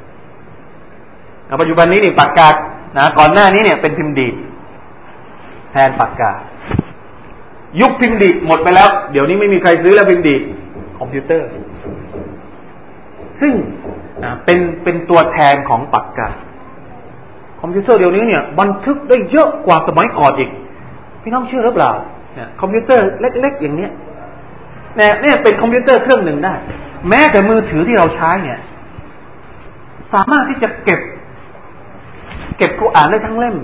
ปัจจุบันนี้นี่ปากกานะก่อนหน้านี้เนี่ยเป็นพิมพ์ดีดแทนปากกายุคพิมพ์ดีดหมดไปแล้วเดี๋ยวนี้ไม่มีใครซื้อแล้วพิมพ์ดีดคอมพิวเตอร์ซึ่งเป็นเป็นตัวแทนของปากกาคอมพิวเตอร์เดี๋ยวนี้เนี่ยบันทึกได้เยอะกว่าสมัยก่อนอีกพี่น้องเชื่อหรือเปล่าเนี่ยคอมพิวเตอร์เล็กๆอย่างเนี้ยเนี่ยเนี่ยเป็นคอมพิวเตอร์เครื่องหนึ่งได้แม้แต่มือถือที่เราใช้เนี่ยสามารถที่จะเก็บเก็บกุรอานได้ทั้งเล่ม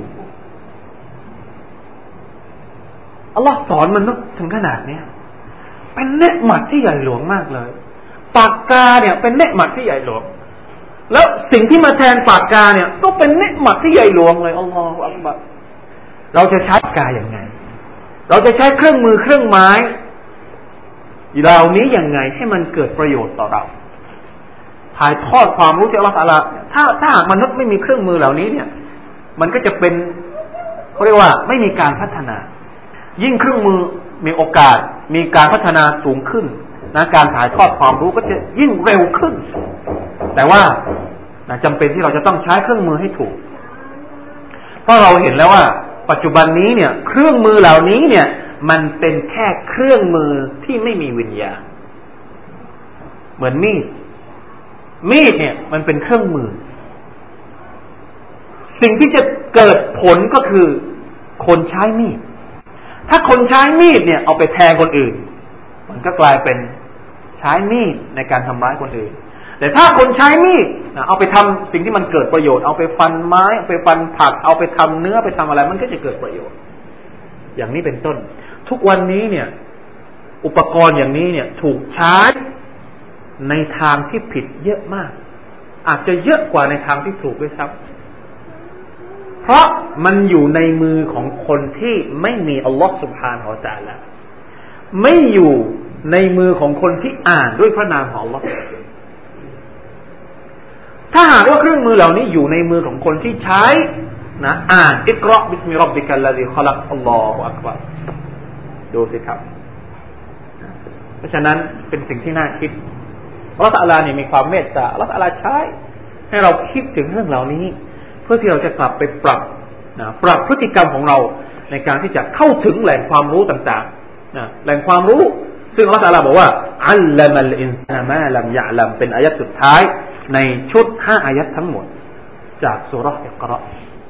อัลลอฮ์สอนมนุษย์ถึงขนาดนี้เป็นเนืหมัดที่ใหญ่หลวงมากเลยปากกาเนี่ยเป็นเนืหมัดที่ใหญ่หลวงแล้วสิ่งที่มาแทนปากกาเนี่ยก็เป็นเนืหมัดที่ใหญ่หลวงเลยอัลลอฮฺอักบัรเราจะใช้ปากกาอย่างไงเราจะใช้เครื่องมือเครื่องไม้เหล่านี้อย่างไงให้มันเกิดประโยชน์ต่อเราถ่ายทอดความรู้จากอัลลอฮฺตะอาลาถ้าถ้าหากมนุษย์ไม่มีเครื่องมือเหล่านี้เนี่ยมันก็จะเป็นเขาเรียกว่าไม่มีการพัฒนายิ่งเครื่องมือมีโอกาสมีการพัฒนาสูงขึ้นนะการถ่ายทอดความรู้ก็จะยิ่งเร็วขึ้นแต่ว่านะจำเป็นที่เราจะต้องใช้เครื่องมือให้ถูกเพราะเราเห็นแล้วว่าปัจจุบันนี้เนี่ยเครื่องมือเหล่านี้เนี่ยมันเป็นแค่เครื่องมือที่ไม่มีวิญญาณเหมือนมีดมีดเนี่ยมันเป็นเครื่องมือสิ่งที่จะเกิดผลก็คือคนใช้มีดถ้าคนใช้มีดเนี่ยเอาไปแทงคนอื่นมันก็กลายเป็นใช้มีดในการทำร้ายคนอื่นแต่ถ้าคนใช้มีดเอาไปทำสิ่งที่มันเกิดประโยชน์เอาไปฟันไม้เอาไปฟันผักเอาไปทำเนื้อไปทำอะไรมันก็จะเกิดประโยชน์อย่างนี้เป็นต้นทุกวันนี้เนี่ยอุปกรณ์อย่างนี้เนี่ยถูกใช้ในทางที่ผิดเยอะมากอาจจะเยอะกว่าในทางที่ถูกด้วยซ้ำเพราะมันอยู่ในมือของคนที่ไม่มีอัลลอฮฺซุบฮานะฮูวะตะอาลาไม่อยู่ในมือของคนที่อ่านด้วยพระนามของอัลลอฮฺถ้าหากว่าเครื่องมือเหล่านี้อยู่ในมือของคนที่ใช้นะอ่านอิกเราะห์บิสมิร็อบบิกัลลซีคอลักอัลลอฮฺอักบัรดูสิครับเพราะฉะนั้นเป็นสิ่งที่น่าคิดอัลลอฮฺตะอาลาเนี่ยมีความเมตตาอัลลอฮฺตะอาลาใช้ให้เราคิดถึงเรื่องเหล่านี้เพื่อที่เราจะกลับไปปรับนะปรับพฤติกรรมของเราในการที่จะเข้าถึงแหล่งความรู้ต่างๆนะแหล่งความรู้ซึ่งอัลลอฮฺตะอาลาบอกว่าอัลลัมัลอินซานะมาลัมยะลัมเป็นอายะห์สุดท้ายในชุดห้าอายะห์ทั้งหมดจากซูเราะห์อิกเราะห์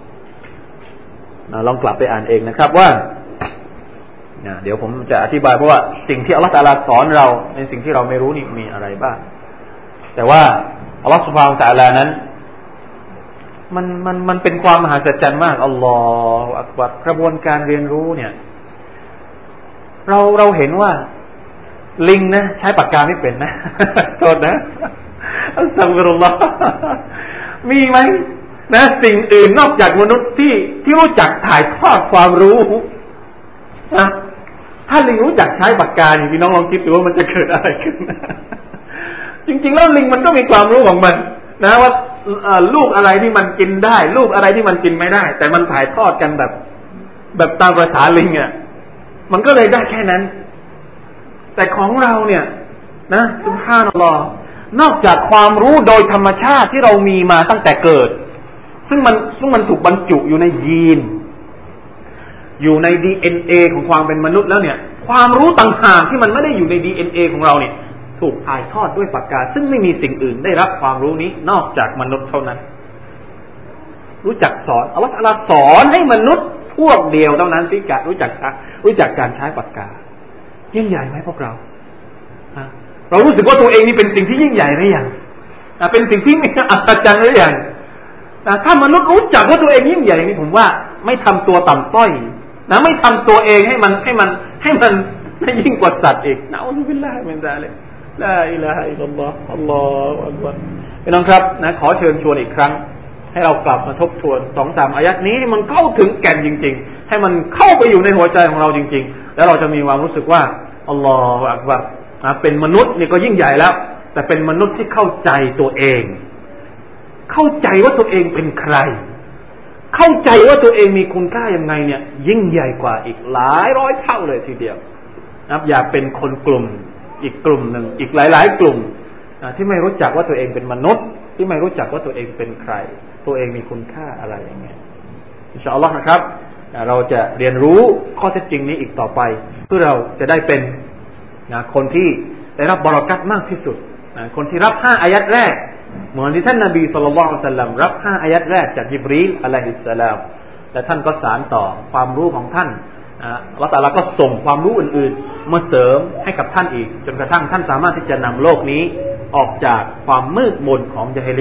นะลองกลับไปอ่านเองนะครับว่านะเดี๋ยวผมจะอธิบายเพราะว่าสิ่งที่อัลลอฮฺตะอาลาสอนเราในสิ่งที่เราไม่รู้นี่มีอะไรบ้างแต่ว่าอัลลอฮฺซุบฮานะฮูวะตะอาลานั้นมันมันมันเป็นความมหัศจรรย์มากอัลลอฮฺอักบัรกระบวนการเรียนรู้เนี่ยเราเราเห็นว่าลิงนะใช้ปากกาไม่เป็นนะโทษนะอัสซะฆฟิรุลลอฮ์มีไหมนะสิ่งอื่นนอกจากมนุษย์ที่ที่รู้จักถ่ายทอดความรู้นะถ้าลิงรู้จักใช้ปากกานี่พี่น้องลองคิดดูว่ามันจะเกิดอะไรขึ้นจริงๆแล้วลิงมันก็มีความรู้ของมันนะว่าลูกอะไรที่มันกินได้ลูกอะไรที่มันกินไม่ได้แต่มันถ่ายทอดกันแบบแบบตามภาษาลิงอ่ะมันก็เลยได้แค่นั้นแต่ของเราเนี่ยนะซุบฮานัลลอฮ์นอกจากความรู้โดยธรรมชาติที่เรามีมาตั้งแต่เกิดซึ่งมันซึ่งมันถูกบรรจุอยู่ในยีนอยู่ใน ดี เอ็น เอ ของความเป็นมนุษย์แล้วเนี่ยความรู้ต่างหากที่มันไม่ได้อยู่ใน ดี เอ็น เอ ของเราเนี่ยถูกถ่ายทอดด้วยปากกาซึ่งไม่มีสิ่งอื่นได้รับความรู้นี้นอกจากมนุษย์เท่านั้นรู้จักสอนอัลเลาะห์ตะอาลาสอนให้มนุษย์พวกเดียวเท่านั้นที่จะรู้จักรู้จักการใช้ปากกายิ่งใหญ่ไหมพวกเราเรารู้สึกว่าตัวเองนี่เป็นสิ่งที่ยิ่งใหญ่หรือยังเป็นสิ่งที่มีอัศจรรย์หรือยังถ้ามนุษย์รู้จักว่าตัวเองยิ่งใหญ่นี่ผมว่าไม่ทำตัวต่ำต้อยนะไม่ทำตัวเองให้มันให้มันให้มันไม่ยิ่งกว่าสัตว์อีกนะอัลลอฮฺบิลลาฮิมินซาลิกลาอิลาฮะอิลลัลลอฮฺอัลลอฮฺอักบัรพี่น้องครับนะขอเชิญชวนอีกครั้งให้เรากลับมาทบทวน สองสาม อายะห์นี้ให้มันเข้าถึงแก่นจริงๆให้มันเข้าไปอยู่ในหัวใจของเราจริงๆแล้วเราจะมีความรู้สึกว่าอัลลอฮฺอักบัรนะเป็นมนุษย์นี่ก็ยิ่งใหญ่แล้วแต่เป็นมนุษย์ที่เข้าใจตัวเองเข้าใจว่าตัวเองเป็นใครเข้าใจว่าตัวเองมีคุณค่ายังไงเนี่ยยิ่งใหญ่กว่าอีกหลายร้อยเท่าเลยทีเดียวนะครับอย่าเป็นคนกลุ่มอีกกลุ่มหนึ่งอีกหลายๆกลุ่มนะที่ไม่รู้จักว่าตัวเองเป็นมนุษย์ที่ไม่รู้จักว่าตัวเองเป็นใครตัวเองมีคุณค่าอะไรอย่างเงี้ยอินชาอัลลอฮ์นะครับเราจะเรียนรู้ข้อเท็จจริงนี้อีกต่อไปเพื่อเราจะได้เป็นนะคนที่ได้รับบารอกัตมากที่สุดนะคนที่รับห้าอายัดแรกเหมือนที่ท่านนบีศ็อลลัลลอฮุอะลัยฮิวะซัลลัมรับห้าอายัดแรกจากญิบรีลอะลัยฮิสสลามและท่านก็สานต่อความรู้ของท่านอัลเลาะห์ตะอาลาก็ส่งความรู้อื่นๆมาเสริมให้กับท่านอีกจนกระทั่งท่านสามารถที่จะนำโลกนี้ออกจากความมืดมนของญะฮิลิยะห์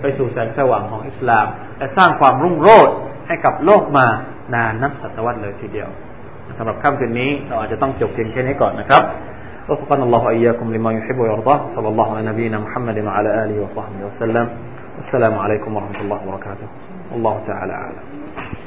ไปสู่แสงสว่างของอิสลามและสร้างความรุ่งโรจน์ให้กับโลกมานานนับศตวรรษเลยทีเดียวสำหรับค่ำคืนนี้เราอาจจะต้องจบเพียงแค่นี้ก่อนนะครับوفقنا الله وإياكم لما يحب ويرضى صلى الله على نبينا محمد وعلى آله وصحبه وسلم السلام عليكم ورحمة الله وبركاته والله تعالى أعلم